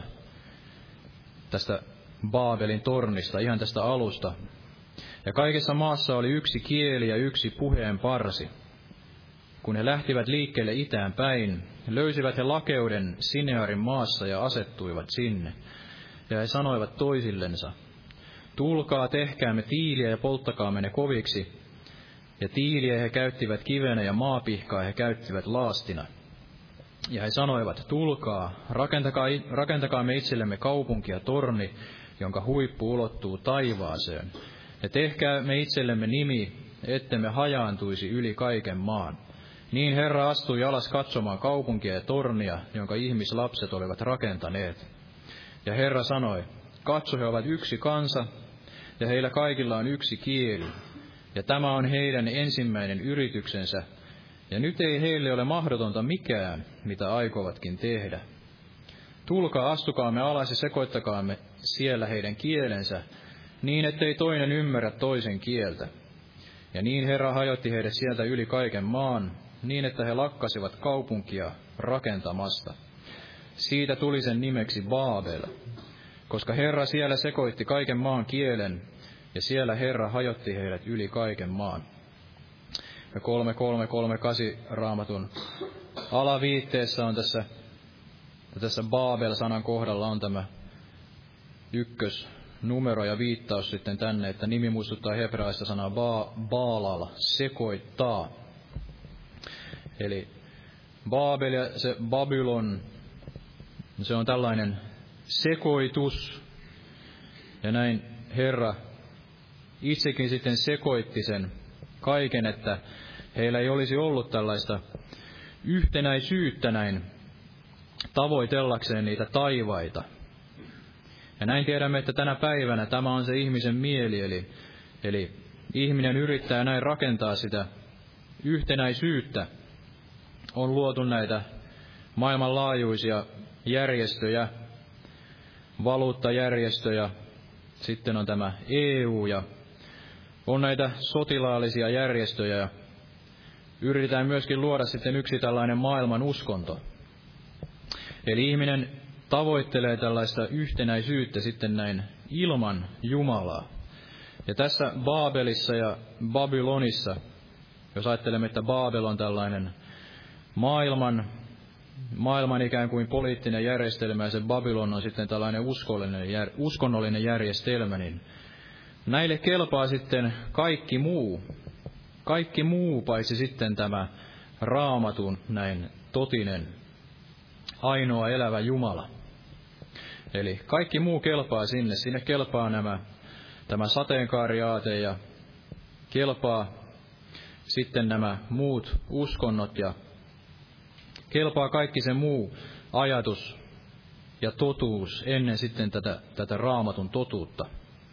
tästä Baabelin tornista, ihan tästä alusta. Ja kaikessa maassa oli yksi kieli ja yksi puheen parsi. Kun he lähtivät liikkeelle itään päin, löysivät he lakeuden Sinearin maassa ja asettuivat sinne. Ja he sanoivat toisillensa, tulkaa, tehkäämme tiiliä ja polttakaamme ne koviksi. Ja tiiliä he käyttivät kivenä ja maapihkaa he käyttivät laastina. Ja he sanoivat, tulkaa, rakentakaa, rakentakaamme itsellemme kaupunki ja torni, jonka huippu ulottuu taivaaseen. Ja tehkäämme itsellemme nimi, ettemme hajaantuisi yli kaiken maan. Niin Herra astui alas katsomaan kaupunkia ja tornia, jonka ihmislapset olivat rakentaneet. Ja Herra sanoi, katso, he ovat yksi kansa, ja heillä kaikilla on yksi kieli. Ja tämä on heidän ensimmäinen yrityksensä, ja nyt ei heille ole mahdotonta mikään, mitä aikovatkin tehdä. Tulkaa, astukaamme alas ja sekoittakaamme siellä heidän kielensä, niin ettei toinen ymmärrä toisen kieltä. Ja niin Herra hajotti heidät sieltä yli kaiken maan, niin että he lakkasivat kaupunkia rakentamasta. Siitä tuli sen nimeksi Baabel, koska Herra siellä sekoitti kaiken maan kielen, ja siellä Herra hajotti heidät yli kaiken maan. Ja kolme kolme kolme kahdeksan Raamatun alaviitteessä on tässä, tässä Baabel-sanan kohdalla on tämä ykkös numero ja viittaus sitten tänne, että nimi muistuttaa hebrealaista sanaa ba, Baalal, sekoittaa. Eli Baabel ja se Babylon, se on tällainen sekoitus. Ja näin Herra itsekin sitten sekoitti sen kaiken, että heillä ei olisi ollut tällaista yhtenäisyyttä näin tavoitellakseen niitä taivaita. Ja näin tiedämme, että tänä päivänä tämä on se ihmisen mieli, eli, eli ihminen yrittää näin rakentaa sitä yhtenäisyyttä. On luotu näitä maailmanlaajuisia järjestöjä, valuuttajärjestöjä, sitten on tämä E U ja on näitä sotilaallisia järjestöjä ja yritetään myöskin luoda sitten yksi tällainen maailman uskonto. Eli ihminen tavoittelee tällaista yhtenäisyyttä sitten näin ilman Jumalaa. Ja tässä Baabelissa ja Babylonissa, jos ajattelemme, että Baabel on tällainen maailman, maailman ikään kuin poliittinen järjestelmä ja se Babylon on sitten tällainen uskonnollinen, jär, uskonnollinen järjestelmä, niin näille kelpaa sitten kaikki muu, kaikki muu paitsi sitten tämä Raamatun näin totinen, ainoa elävä Jumala. Eli kaikki muu kelpaa sinne. Sinne kelpaa nämä, tämä sateenkaariaate ja kelpaa sitten nämä muut uskonnot ja kelpaa kaikki se muu ajatus ja totuus ennen sitten tätä, tätä Raamatun totuutta.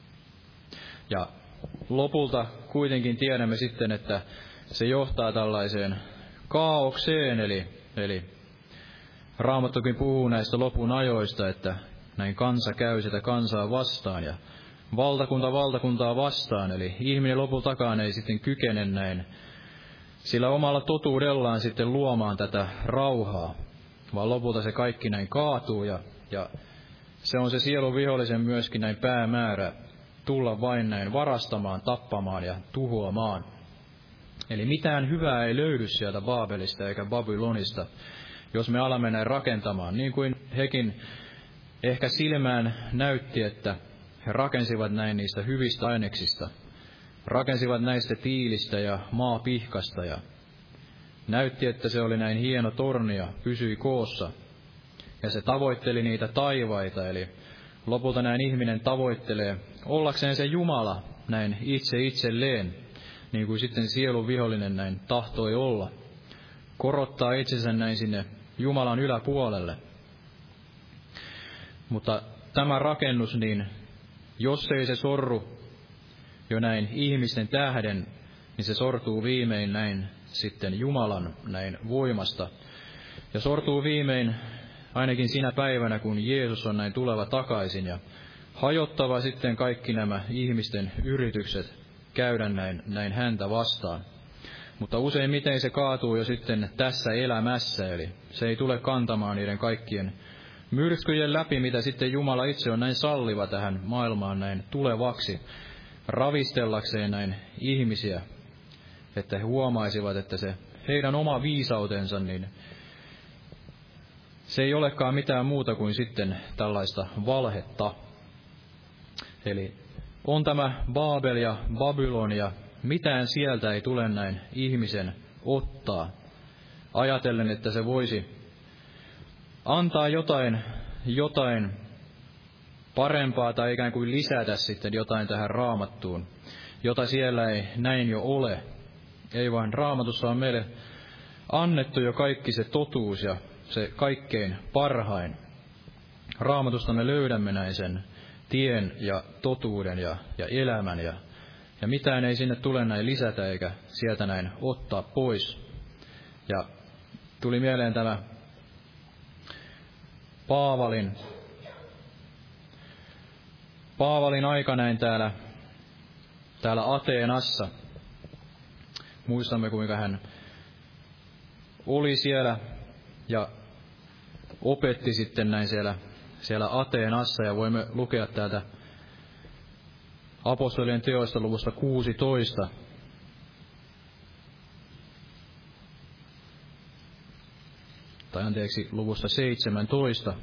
Ja lopulta kuitenkin tiedämme sitten, että se johtaa tällaiseen kaaukseen, eli, eli Raamattukin puhuu näistä lopun ajoista, että näin kansa käy sitä kansaa vastaan ja valtakunta valtakuntaa vastaan, eli ihminen lopultakaan ei sitten kykene näin sillä omalla totuudellaan sitten luomaan tätä rauhaa, vaan lopulta se kaikki näin kaatuu, ja, ja se on se sielun vihollisen myöskin näin päämäärä, tulla vain näin varastamaan, tappamaan ja tuhoamaan. Eli mitään hyvää ei löydy sieltä Baabelista eikä Babylonista, jos me alamme näin rakentamaan, niin kuin hekin ehkä silmään näytti, että he rakensivat näin niistä hyvistä aineksista, rakensivat näistä tiilistä ja maapihkasta, ja näytti, että se oli näin hieno torni ja pysyi koossa, ja se tavoitteli niitä taivaita, eli lopulta näin ihminen tavoittelee ollakseen se Jumala näin itse itselleen, niin kuin sitten sielun vihollinen näin tahtoi olla, korottaa itsensä näin sinne Jumalan yläpuolelle. Mutta tämä rakennus, niin jos ei se sorru jo näin ihmisten tähden, niin se sortuu viimein näin sitten Jumalan näin voimasta. Ja sortuu viimein ainakin sinä päivänä, kun Jeesus on näin tuleva takaisin ja hajottava sitten kaikki nämä ihmisten yritykset käydä näin, näin häntä vastaan. Mutta useimmiten se kaatuu jo sitten tässä elämässä, eli se ei tule kantamaan niiden kaikkien myrskyjen läpi, mitä sitten Jumala itse on näin salliva tähän maailmaan näin tulevaksi, ravistellakseen näin ihmisiä, että he huomaisivat, että se heidän oma viisautensa, niin se ei olekaan mitään muuta kuin sitten tällaista valhetta. Eli on tämä Baabel ja Babylon, ja mitään sieltä ei tule näin ihmisen ottaa, ajatellen, että se voisi antaa jotain, jotain parempaa tai ikään kuin lisätä sitten jotain tähän Raamattuun, jota siellä ei näin jo ole. Ei vaan Raamatussa on meille annettu jo kaikki se totuus ja se kaikkein parhain. Raamatusta me löydämme näin sen tien ja totuuden ja, ja elämän, ja, ja mitään ei sinne tule näin lisätä eikä sieltä näin ottaa pois. Ja tuli mieleen tämä Paavalin, Paavalin aika näin täällä, täällä Ateenassa. Muistamme, kuinka hän oli siellä ja opetti sitten näin siellä, siellä Ateenassa, ja voimme lukea täältä apostolien teoista luvusta kuusitoista. Tai anteeksi, luvusta seitsemäntoista.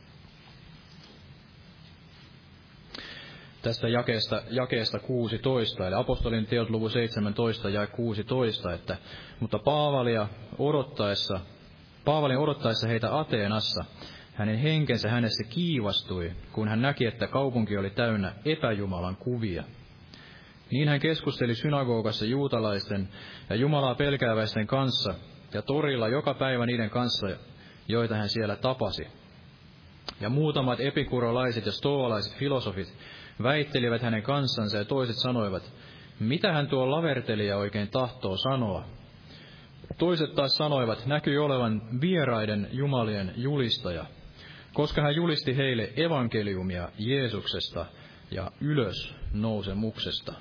Tästä jakeesta, jakeesta kuusitoista, eli apostolien teot luvu seitsemäntoista ja kuusitoista, että mutta Paavalia odottaessa, Paavalin odottaessa heitä Ateenassa, hänen henkensä hänessä kiivastui, kun hän näki, että kaupunki oli täynnä epäjumalan kuvia. Niin hän keskusteli synagogassa juutalaisten ja Jumalaa pelkääväisten kanssa, ja torilla joka päivä niiden kanssa, joita hän siellä tapasi. Ja muutamat epikurolaiset ja stoalaiset filosofit väittelivät hänen kanssansa, ja toiset sanoivat, mitä hän tuo lavertelija oikein tahtoo sanoa. Toiset taas sanoivat, näkyi olevan vieraiden jumalien julistaja, koska hän julisti heille evankeliumia Jeesuksesta ja ylösnousemuksesta.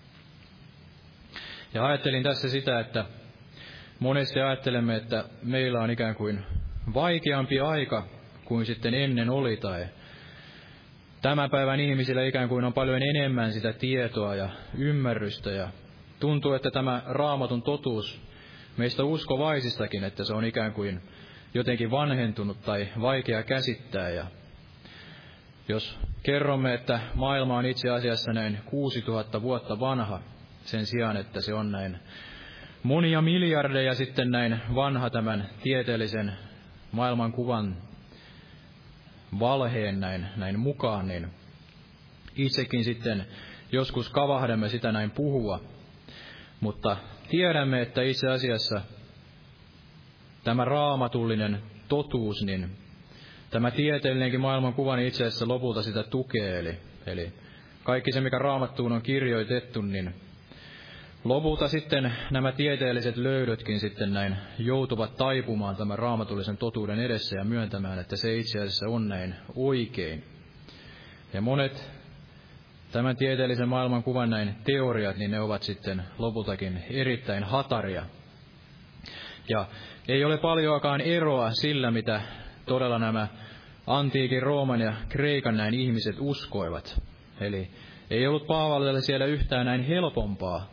Ja ajattelin tässä sitä, että monesti ajattelemme, että meillä on ikään kuin vaikeampi aika kuin sitten ennen oli, tai tämän päivän ihmisillä ikään kuin on paljon enemmän sitä tietoa ja ymmärrystä, ja tuntuu, että tämä Raamatun totuus meistä uskovaisistakin, että se on ikään kuin jotenkin vanhentunut tai vaikea käsittää. Ja jos kerromme, että maailma on itse asiassa näin kuusituhatta vuotta vanha, sen sijaan, että se on näin monia miljardeja sitten näin vanha tämän tieteellisen maailmankuvan valheen näin, näin mukaan, niin itsekin sitten joskus kavahdamme sitä näin puhua. Mutta tiedämme, että itse asiassa tämä raamatullinen totuus, niin tämä tieteellinenkin maailmankuva niin itse asiassa lopulta sitä tukee. Eli, eli kaikki se, mikä Raamattuun on kirjoitettu, niin lopulta sitten nämä tieteelliset löydötkin sitten näin joutuvat taipumaan tämän raamatullisen totuuden edessä ja myöntämään, että se itse asiassa on näin oikein. Ja monet tämän tieteellisen maailmankuvan näin teoriat, niin ne ovat sitten lopultakin erittäin hataria. Ja ei ole paljoakaan eroa sillä, mitä todella nämä antiikin Rooman ja Kreikan näin ihmiset uskoivat. Eli ei ollut Paavallille siellä yhtään näin helpompaa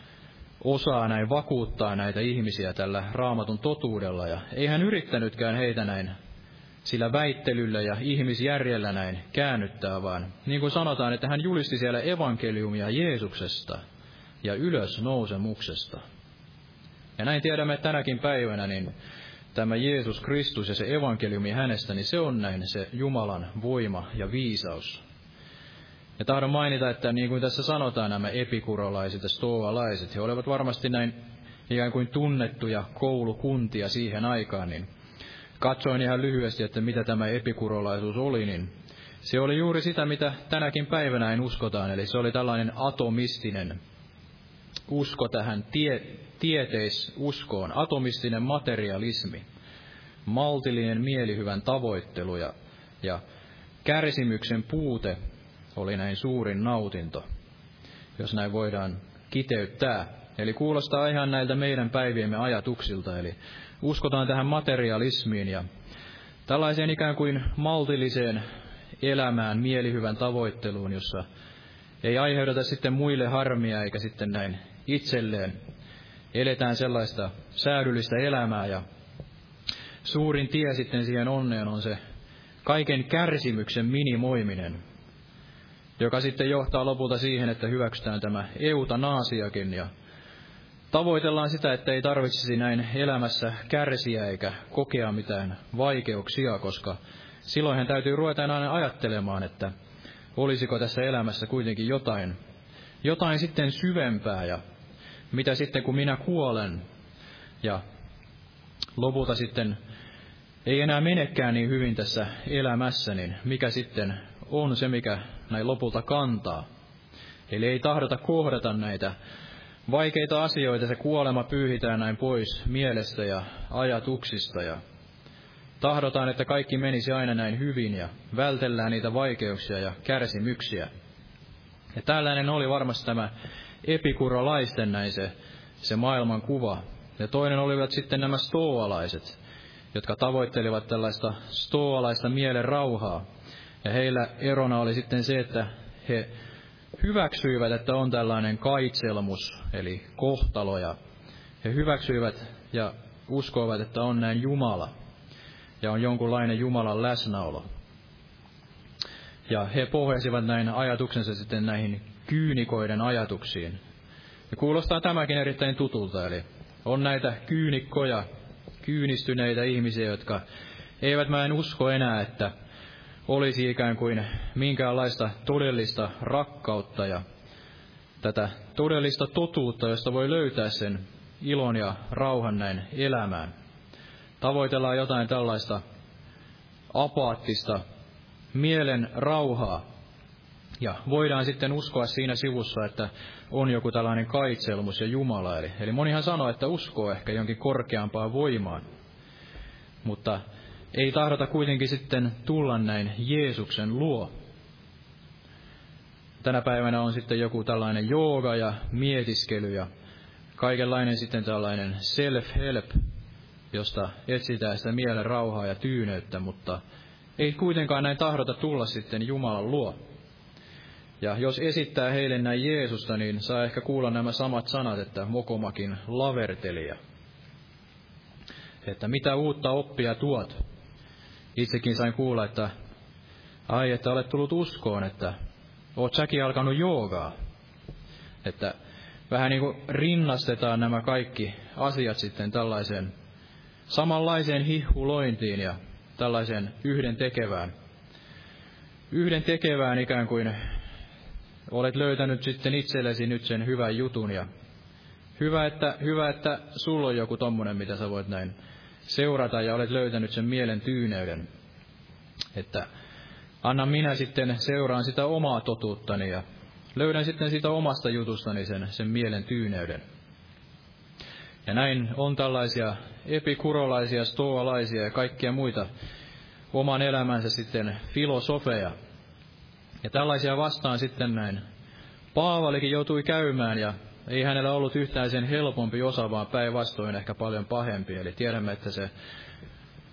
osaa näin vakuuttaa näitä ihmisiä tällä Raamatun totuudella. Ja ei hän yrittänytkään heitä näin sillä väittelyllä ja ihmisjärjellä näin käännyttää, vaan niin kuin sanotaan, että hän julisti siellä evankeliumia Jeesuksesta ja ylösnousemuksesta. Ja näin tiedämme tänäkin päivänä, niin tämä Jeesus Kristus ja se evankeliumi hänestä, niin se on näin se Jumalan voima ja viisaus. Ja tahdon mainita, että niin kuin tässä sanotaan, nämä epikurolaiset ja stoalaiset, he olivat varmasti näin ikään kuin tunnettuja koulukuntia siihen aikaan, niin katsoin ihan lyhyesti, että mitä tämä epikurolaisuus oli, niin se oli juuri sitä, mitä tänäkin päivänä uskotaan, eli se oli tällainen atomistinen usko tähän tie, tieteisuskoon, atomistinen materialismi, maltillinen mielihyvän tavoittelu ja, ja kärsimyksen puute oli näin suurin nautinto, jos näin voidaan kiteyttää. Eli kuulostaa ihan näiltä meidän päiviemme ajatuksilta, eli uskotaan tähän materialismiin ja tällaiseen ikään kuin maltilliseen elämään, mielihyvän tavoitteluun, jossa ei aiheuteta sitten muille harmia eikä sitten näin itselleen. Eletään sellaista säädyllistä elämää ja suurin tie sitten siihen onneen on se kaiken kärsimyksen minimoiminen, joka sitten johtaa lopulta siihen, että hyväksytään tämä eutanasiakin ja tavoitellaan sitä, että ei tarvitsisi näin elämässä kärsiä eikä kokea mitään vaikeuksia, koska silloinhan täytyy ruveta aina ajattelemaan, että olisiko tässä elämässä kuitenkin jotain, jotain sitten syvempää ja mitä sitten kun minä kuolen ja lopulta sitten ei enää menekään niin hyvin tässä elämässä, niin mikä sitten on se, mikä näin lopulta kantaa. Eli ei tahdota kohdata näitä vaikeita asioita, se kuolema pyyhitään näin pois mielestä ja ajatuksista ja tahdotaan, että kaikki menisi aina näin hyvin ja vältellään niitä vaikeuksia ja kärsimyksiä. Ja tällainen oli varmasti tämä epikurolaisten näin se, se maailman kuva. Ja toinen olivat sitten nämä stoalaiset, jotka tavoittelivat tällaista stoalaista mielen rauhaa. Ja heillä erona oli sitten se, että he hyväksyivät, että on tällainen kaitselmus, eli kohtalo, ja he hyväksyivät ja uskoivat, että on näin Jumala, ja on jonkunlainen Jumalan läsnäolo. Ja he pohjasivat näin ajatuksensa sitten näihin kyynikoiden ajatuksiin. Ja kuulostaa tämäkin erittäin tutulta, eli on näitä kyynikkoja, kyynistyneitä ihmisiä, jotka eivät mä en usko enää, että olisi ikään kuin minkäänlaista todellista rakkautta ja tätä todellista totuutta, josta voi löytää sen ilon ja rauhan näin elämään. Tavoitellaan jotain tällaista apaattista mielen rauhaa. Ja voidaan sitten uskoa siinä sivussa, että on joku tällainen kaitselmus ja Jumala. Eli, eli monihan sanoo, että uskoo ehkä jonkin korkeampaan voimaan. Mutta ei tahdota kuitenkin sitten tulla näin Jeesuksen luo. Tänä päivänä on sitten joku tällainen jooga ja mietiskely ja kaikenlainen sitten tällainen self-help, josta etsitään sitä mielen rauhaa ja tyyneyttä, mutta ei kuitenkaan näin tahdota tulla sitten Jumalan luo. Ja jos esittää heille näin Jeesusta, niin saa ehkä kuulla nämä samat sanat, että mokomakin lavertelija. Että mitä uutta oppia tuot? Itsekin sain kuulla, että ai, että olet tullut uskoon, että oot säkin alkanut joogaa. Että vähän niin kuin rinnastetaan nämä kaikki asiat sitten tällaiseen samanlaiseen hihhulointiin ja tällaiseen yhden tekevään. Yhden tekevään ikään kuin olet löytänyt sitten itsellesi nyt sen hyvän jutun ja hyvä, että, hyvä, että sulla on joku tommonen, mitä sä voit näin seurata ja olet löytänyt sen mielen tyyneyden. Että anna minä sitten seuraan sitä omaa totuuttani ja löydän sitten sitä omasta jutustani sen, sen mielen tyyneyden. Ja näin on tällaisia epikurolaisia, stoalaisia ja kaikkia muita oman elämänsä sitten filosofeja. Ja tällaisia vastaan sitten näin Paavalikin joutui käymään ja ei hänellä ollut yhtään sen helpompi osa, vaan päinvastoin ehkä paljon pahempi. Eli tiedämme, että se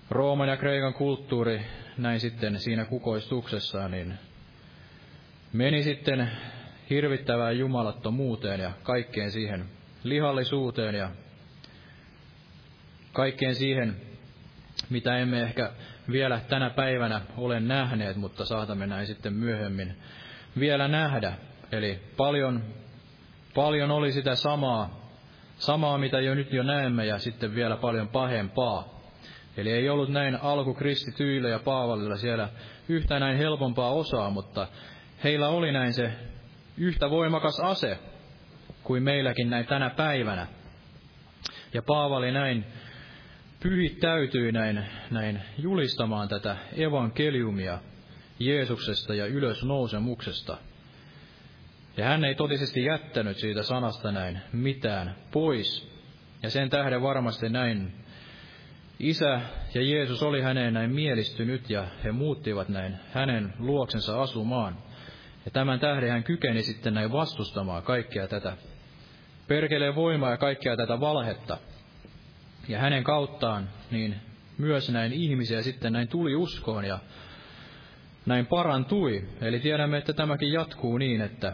Rooman ja Kreikan kulttuuri näin sitten siinä kukoistuksessaan, niin meni sitten hirvittävään jumalattomuuteen ja kaikkeen siihen lihallisuuteen ja kaikkeen siihen, mitä emme ehkä vielä tänä päivänä ole nähneet, mutta saatamme näin sitten myöhemmin vielä nähdä. Eli paljon, paljon oli sitä samaa, samaa, mitä jo nyt jo näemme, ja sitten vielä paljon pahempaa. Eli ei ollut näin alkukristityillä ja Paavalilla siellä yhtä näin helpompaa osaa, mutta heillä oli näin se yhtä voimakas ase kuin meilläkin näin tänä päivänä. Ja Paavali näin pyhittäytyi näin, näin julistamaan tätä evankeliumia Jeesuksesta ja ylösnousemuksesta. Ja hän ei totisesti jättänyt siitä sanasta näin mitään pois. Ja sen tähden varmasti näin Isä ja Jeesus oli häneen näin mielistynyt ja he muuttivat näin hänen luoksensa asumaan. Ja tämän tähden hän kykeni sitten näin vastustamaan kaikkea tätä perkeleen voimaa ja kaikkea tätä valhetta. Ja hänen kauttaan niin myös näin ihmisiä sitten näin tuli uskoon ja näin parantui. Eli tiedämme, että tämäkin jatkuu niin, että,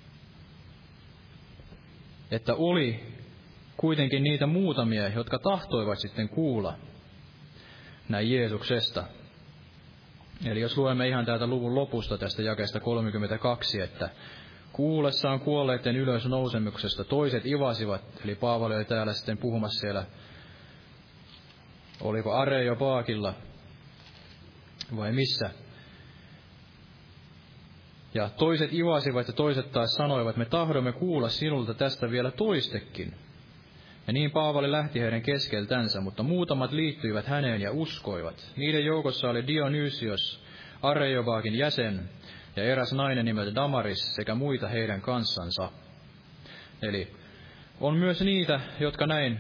että oli kuitenkin niitä muutamia, jotka tahtoivat sitten kuulla näin Jeesuksesta. Eli jos luemme ihan täältä luvun lopusta tästä jakeesta kolmekymmentäkaksi, että kuullessaan kuolleiden ylösnousemuksesta toiset ivasivat, eli Paavali oli täällä sitten puhumassa siellä, oliko Areopaagilla vai missä. Ja toiset ivasivat ja toiset taas sanoivat, me tahdomme kuulla sinulta tästä vielä toistekin. Ja niin Paavali lähti heidän keskeltänsä, mutta muutamat liittyivät häneen ja uskoivat. Niiden joukossa oli Dionysios, Areopagin jäsen, ja eräs nainen nimeltä Damaris sekä muita heidän kanssansa. Eli on myös niitä, jotka näin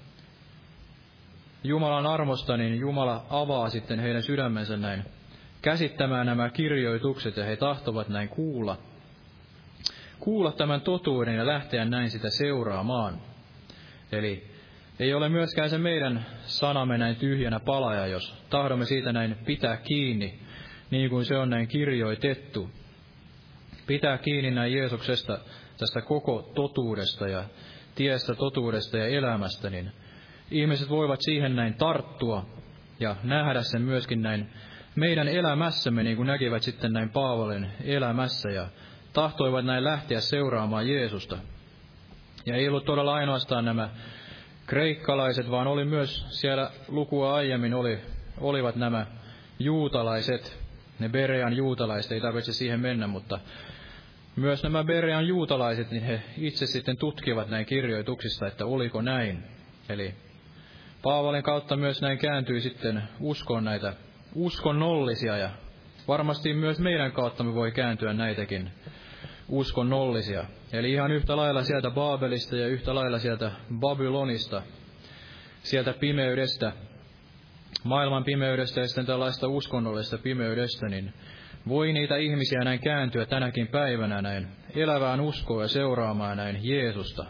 Jumalan armosta, niin Jumala avaa sitten heidän sydämensä näin käsittämään nämä kirjoitukset, ja he tahtovat näin kuulla, kuulla tämän totuuden ja lähteä näin sitä seuraamaan. Eli ei ole myöskään se meidän sanamme näin tyhjänä palaja, jos tahdomme siitä näin pitää kiinni, niin kuin se on näin kirjoitettu. Pitää kiinni näin Jeesuksesta, tästä koko totuudesta ja tiestä, totuudesta ja elämästä, niin ihmiset voivat siihen näin tarttua ja nähdä sen myöskin näin meidän elämässämme, niin kuin näkivät sitten näin Paavalin elämässä ja tahtoivat näin lähteä seuraamaan Jeesusta. Ja ei ollut todella ainoastaan nämä kreikkalaiset, vaan oli myös siellä lukua aiemmin oli, olivat nämä juutalaiset, ne Berean juutalaiset, ei tarvitse siihen mennä, mutta myös nämä Berean juutalaiset, niin he itse sitten tutkivat näin kirjoituksista, että oliko näin. Eli Paavalin kautta myös näin kääntyi sitten uskoon näitä uskonnollisia, ja varmasti myös meidän kauttamme voi kääntyä näitäkin uskonnollisia. Eli ihan yhtä lailla sieltä Baabelista ja yhtä lailla sieltä Babylonista, sieltä pimeydestä, maailman pimeydestä ja sitten tällaista uskonnollisesta pimeydestä, niin voi niitä ihmisiä näin kääntyä tänäkin päivänä näin elävään uskoon ja seuraamaan näin Jeesusta.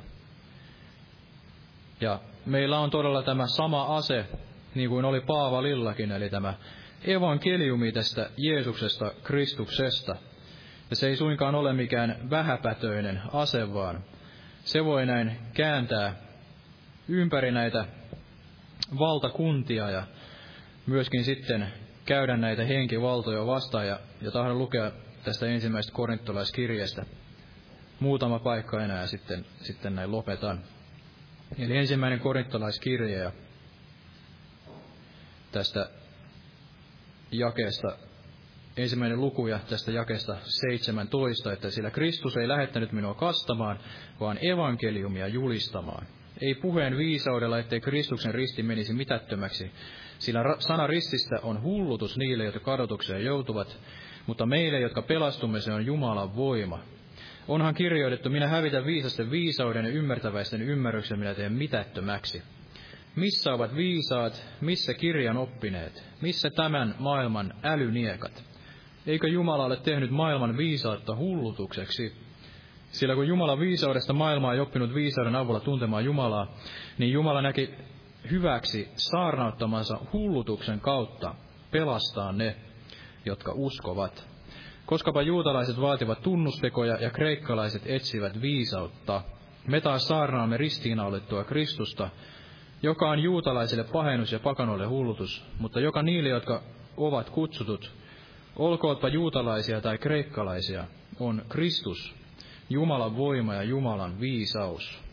Ja meillä on todella tämä sama ase, niin kuin oli Paavalillakin, eli tämä evankeliumi tästä Jeesuksesta, Kristuksesta. Ja se ei suinkaan ole mikään vähäpätöinen ase, vaan se voi näin kääntää ympäri näitä valtakuntia ja myöskin sitten käydä näitä henkivaltoja vastaan. Ja, ja tahdon lukea tästä ensimmäisestä korintolaiskirjeestä muutama paikka enää ja sitten, sitten näin lopetan. Eli ensimmäinen korintolaiskirje ja tästä jakeesta, ensimmäinen luku ja tästä jakeesta seitsemäntoista, että sillä Kristus ei lähettänyt minua kastamaan, vaan evankeliumia julistamaan. Ei puheen viisaudella, ettei Kristuksen risti menisi mitättömäksi, sillä sana rististä on hullutus niille, jotka kadotukseen joutuvat, mutta meille, jotka pelastumme, se on Jumalan voima. Onhan kirjoitettu, minä hävitän viisasten viisauden ja ymmärtäväisten ymmärryksen, minä teen mitättömäksi. Missä ovat viisaat, missä kirjan oppineet, missä tämän maailman älyniekat? Eikö Jumala ole tehnyt maailman viisautta hullutukseksi? Sillä kun Jumala viisaudesta maailmaa ei oppinut viisauden avulla tuntemaan Jumalaa, niin Jumala näki hyväksi saarnauttamansa hullutuksen kautta pelastaa ne, jotka uskovat. Koskapa juutalaiset vaativat tunnustekoja ja kreikkalaiset etsivät viisautta, me taas saarnaamme ristiinnaulettua Kristusta, joka on juutalaisille pahennus ja pakanoille hullutus, mutta joka niille, jotka ovat kutsutut, olkootpa juutalaisia tai kreikkalaisia, on Kristus, Jumalan voima ja Jumalan viisaus.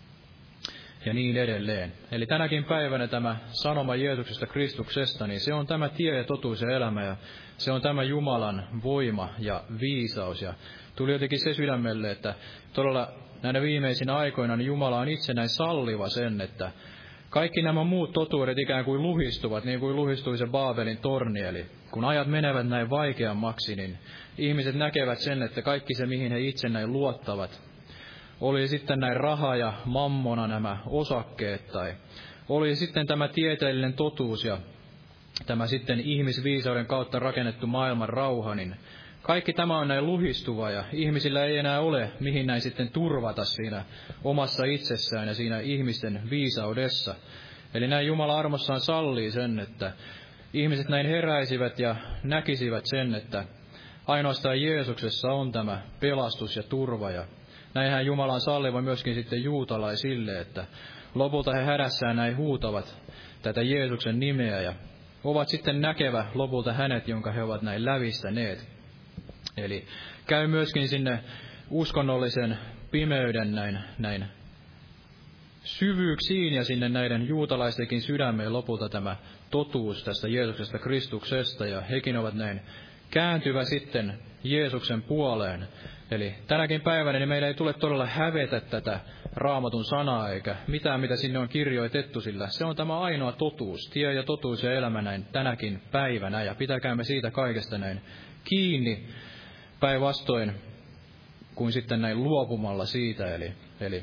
Ja niin edelleen. Eli tänäkin päivänä tämä sanoma Jeesuksesta Kristuksesta, niin se on tämä tie ja totuus ja elämä, ja se on tämä Jumalan voima ja viisaus. Ja tuli jotenkin se sydämelle, että todella näinä viimeisinä aikoina niin Jumala on itse näin salliva sen, että kaikki nämä muut totuudet ikään kuin luhistuvat, niin kuin luhistui se Baabelin torni. Eli kun ajat menevät näin vaikeammaksi, niin ihmiset näkevät sen, että kaikki se, mihin he itse näin luottavat, oli sitten näin raha ja mammona nämä osakkeet, tai oli sitten tämä tieteellinen totuus ja tämä sitten ihmisviisauden kautta rakennettu maailman rauha, niin kaikki tämä on näin luhistuva ja ihmisillä ei enää ole mihin näin sitten turvata siinä omassa itsessään ja siinä ihmisten viisaudessa. Eli näin Jumala armossaan sallii sen, että ihmiset näin heräisivät ja näkisivät sen, että ainoastaan Jeesuksessa on tämä pelastus ja turva. Ja näinhän Jumala on salliva myöskin sitten juutalaisille, että lopulta he hädässään näin huutavat tätä Jeesuksen nimeä ja ovat sitten näkevä lopulta hänet, jonka he ovat näin lävistäneet. Eli käy myöskin sinne uskonnollisen pimeyden näin, näin syvyyksiin ja sinne näiden juutalaistenkin sydämeen lopulta tämä totuus tästä Jeesuksesta Kristuksesta, ja hekin ovat näin kääntyvä sitten Jeesuksen puoleen. Eli tänäkin päivänä niin meillä ei tule todella hävetä tätä Raamatun sanaa eikä mitään, mitä sinne on kirjoitettu, sillä se on tämä ainoa totuus, tie ja totuus ja elämä näin tänäkin päivänä, ja pitäkäämme siitä kaikesta näin kiinni päinvastoin kuin sitten näin luopumalla siitä, eli, eli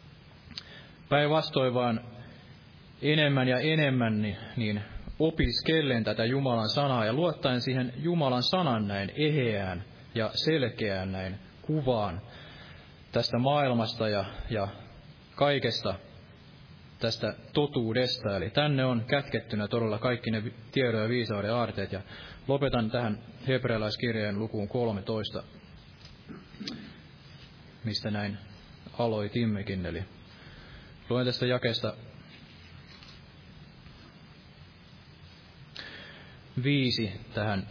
päinvastoin vaan enemmän ja enemmän niin, niin opiskellen tätä Jumalan sanaa ja luottaen siihen Jumalan sanan näin eheään ja selkeään näin kuvaan tästä maailmasta ja, ja kaikesta tästä totuudesta. Eli tänne on kätkettynä todella kaikki ne tiedon ja viisauden aarteet. Ja lopetan tähän hebrealaiskirjeen lukuun kolmetoista, mistä näin aloitimmekin. Eli luen tästä jakeesta viisi tähän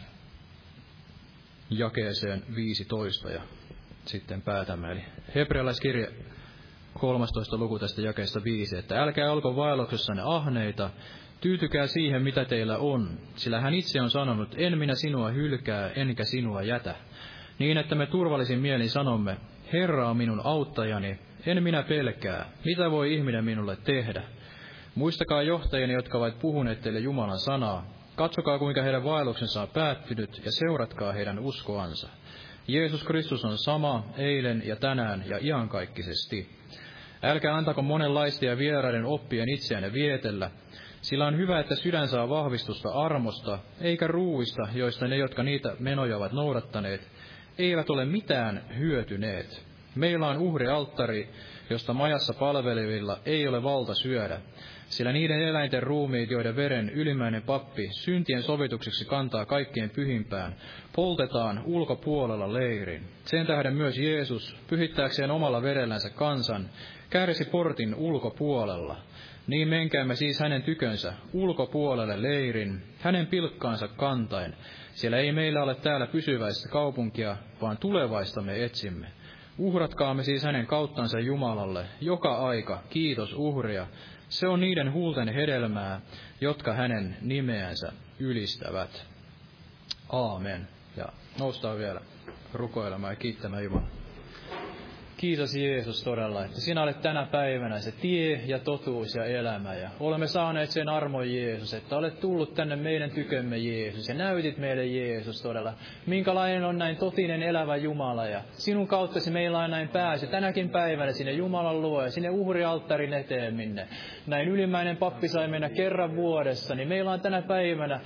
jakeeseen viisitoista ja sitten päätämme. Eli hebrealaiskirje kolmastoista luku tästä jakeesta viisi, että älkää olko vaelluksessanne ahneita, tyytykää siihen, mitä teillä on, sillä hän itse on sanonut, en minä sinua hylkää, enkä sinua jätä. Niin, että me turvallisin mielin sanomme, Herra on minun auttajani, en minä pelkää, mitä voi ihminen minulle tehdä. Muistakaa johtajani, jotka ovat puhuneet teille Jumalan sanaa. Katsokaa, kuinka heidän vaelluksensa on päättynyt, ja seuratkaa heidän uskoansa. Jeesus Kristus on sama eilen ja tänään ja iankaikkisesti. Älkää antako monenlaista ja vieraiden oppien itseänne vietellä, sillä on hyvä, että sydän saa vahvistusta armosta, eikä ruuista, joista ne, jotka niitä menoja ovat noudattaneet, eivät ole mitään hyötyneet. Meillä on uhrialttari, josta majassa palvelevilla ei ole valta syödä, sillä niiden eläinten ruumiit, joiden veren ylimmäinen pappi syntien sovitukseksi kantaa kaikkien pyhimpään, poltetaan ulkopuolella leirin. Sen tähden myös Jeesus, pyhittääkseen omalla verellänsä kansan, kärsi portin ulkopuolella. Niin menkäämme siis hänen tykönsä ulkopuolelle leirin, hänen pilkkaansa kantain, siellä ei meillä ole täällä pysyväistä kaupunkia, vaan tulevaista me etsimme. Uhratkaamme siis hänen kauttansa Jumalalle joka aika kiitos uhria. Se on niiden huulten hedelmää, jotka hänen nimeänsä ylistävät. Aamen. Ja noustaan vielä rukoilemaan ja kiittämään Jumalaa. Kiitos Jeesus todella, että sinä olet tänä päivänä se tie ja totuus ja elämä. Ja olemme saaneet sen armon Jeesus, että olet tullut tänne meidän tykömme Jeesus ja näytit meille Jeesus todella, minkälainen on näin totinen elävä Jumala. Ja sinun kauttasi meillä on näin pääsy tänäkin päivänä sinne Jumalan luo ja sinne uhrialttarin eteen minne. Näin ylimmäinen pappi sai mennä kerran vuodessa, niin meillä on tänä päivänä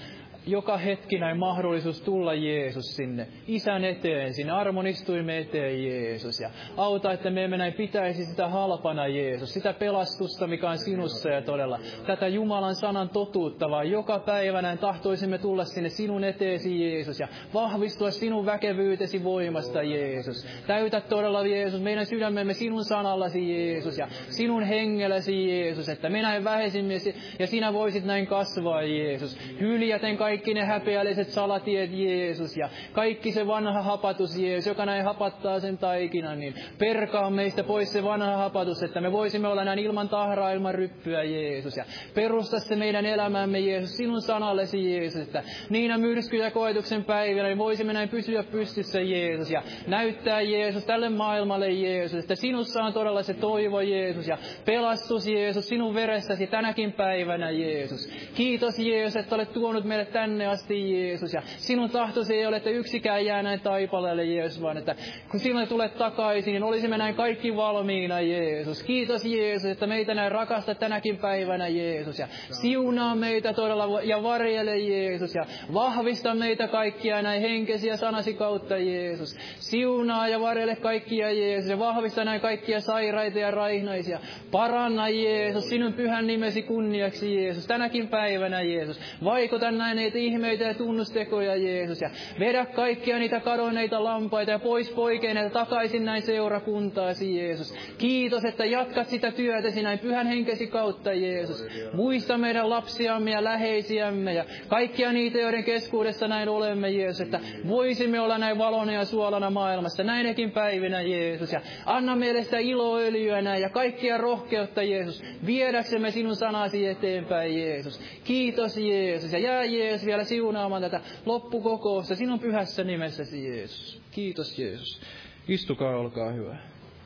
joka hetki näin mahdollisuus tulla Jeesus sinne Isän eteen, sinne armon istuimen eteen Jeesus. Ja auta, että me emme näin pitäisi sitä halpana Jeesus, sitä pelastusta, mikä on sinussa ja todella tätä Jumalan sanan totuutta, vaan joka päivä näin tahtoisimme tulla sinne sinun eteesi Jeesus ja vahvistua sinun väkevyytesi voimasta Jeesus. Täytä todella Jeesus meidän sydämemme sinun sanallasi Jeesus ja sinun hengelläsi Jeesus, että me näin vähesimme ja sinä voisit näin kasvaa Jeesus. Hyljäten kaikki ne häpeälliset salatiet Jeesus ja kaikki se vanha hapatus Jeesus, joka näin hapattaa sen taikinan, niin perkaa meistä pois se vanha hapatus, että me voisimme olla näin ilman tahraa, ilman ryppyä Jeesus ja perusta se meidän elämämme Jeesus sinun sanallesi Jeesus, että niinä myrsky- ja koetuksen päivinä niin voisimme näin pysyä pystyssä Jeesus ja näyttää Jeesus tälle maailmalle Jeesus, että sinussa on todella se toivo Jeesus ja pelastus Jeesus sinun veressäsi tänäkin päivänä Jeesus. Kiitos Jeesus, että olet tuonut meidät tänne asti Jeesus ja sinun tahtosi ei ole, että yksikään jää näin taipaleelle Jeesus, vaan että kun sinä tulet takaisin, niin olisimme näin kaikki valmiina Jeesus. Kiitos Jeesus, että meitä näin rakastat tänäkin päivänä Jeesus ja siunaa meitä todella ja varjele Jeesus ja vahvista meitä kaikkia näin henkesiä sanasi kautta Jeesus. Siunaa ja varjele kaikkia Jeesus ja vahvista näin kaikkia sairaita ja raihnaisia. Paranna Jeesus sinun pyhän nimesi kunniaksi Jeesus tänäkin päivänä Jeesus. Vaikuta näin niitä ihmeitä ja tunnustekoja Jeesus ja vedä kaikkia niitä kadonneita lampaita ja pois poikeineita takaisin näin seurakuntaasi Jeesus. Kiitos, että jatkat sitä työtäsi näin pyhän henkesi kautta Jeesus. Muista meidän lapsiamme ja läheisiämme ja kaikkia niitä, joiden keskuudessa näin olemme Jeesus, että voisimme olla näin valona ja suolana maailmassa näinäkin päivinä Jeesus. Ja anna meille sitä iloöljyä näin ja kaikkia rohkeutta Jeesus, viedäksemme sinun sanasi eteenpäin Jeesus. Kiitos Jeesus ja jää Jeesus vielä siunaamaan tätä loppukokousta sinun pyhässä nimessäsi Jeesus. Kiitos Jeesus. Istukaa, olkaa hyvä.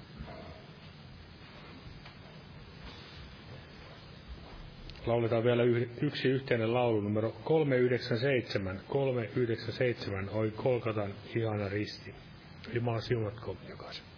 Lauletaan vielä yksi yhteinen laulu, numero kolme yhdeksänkymmentäseitsemän. kolme yhdeksänkymmentäseitsemän, oi Golgatan ihana risti. Jumala siunatkoon jokaisen.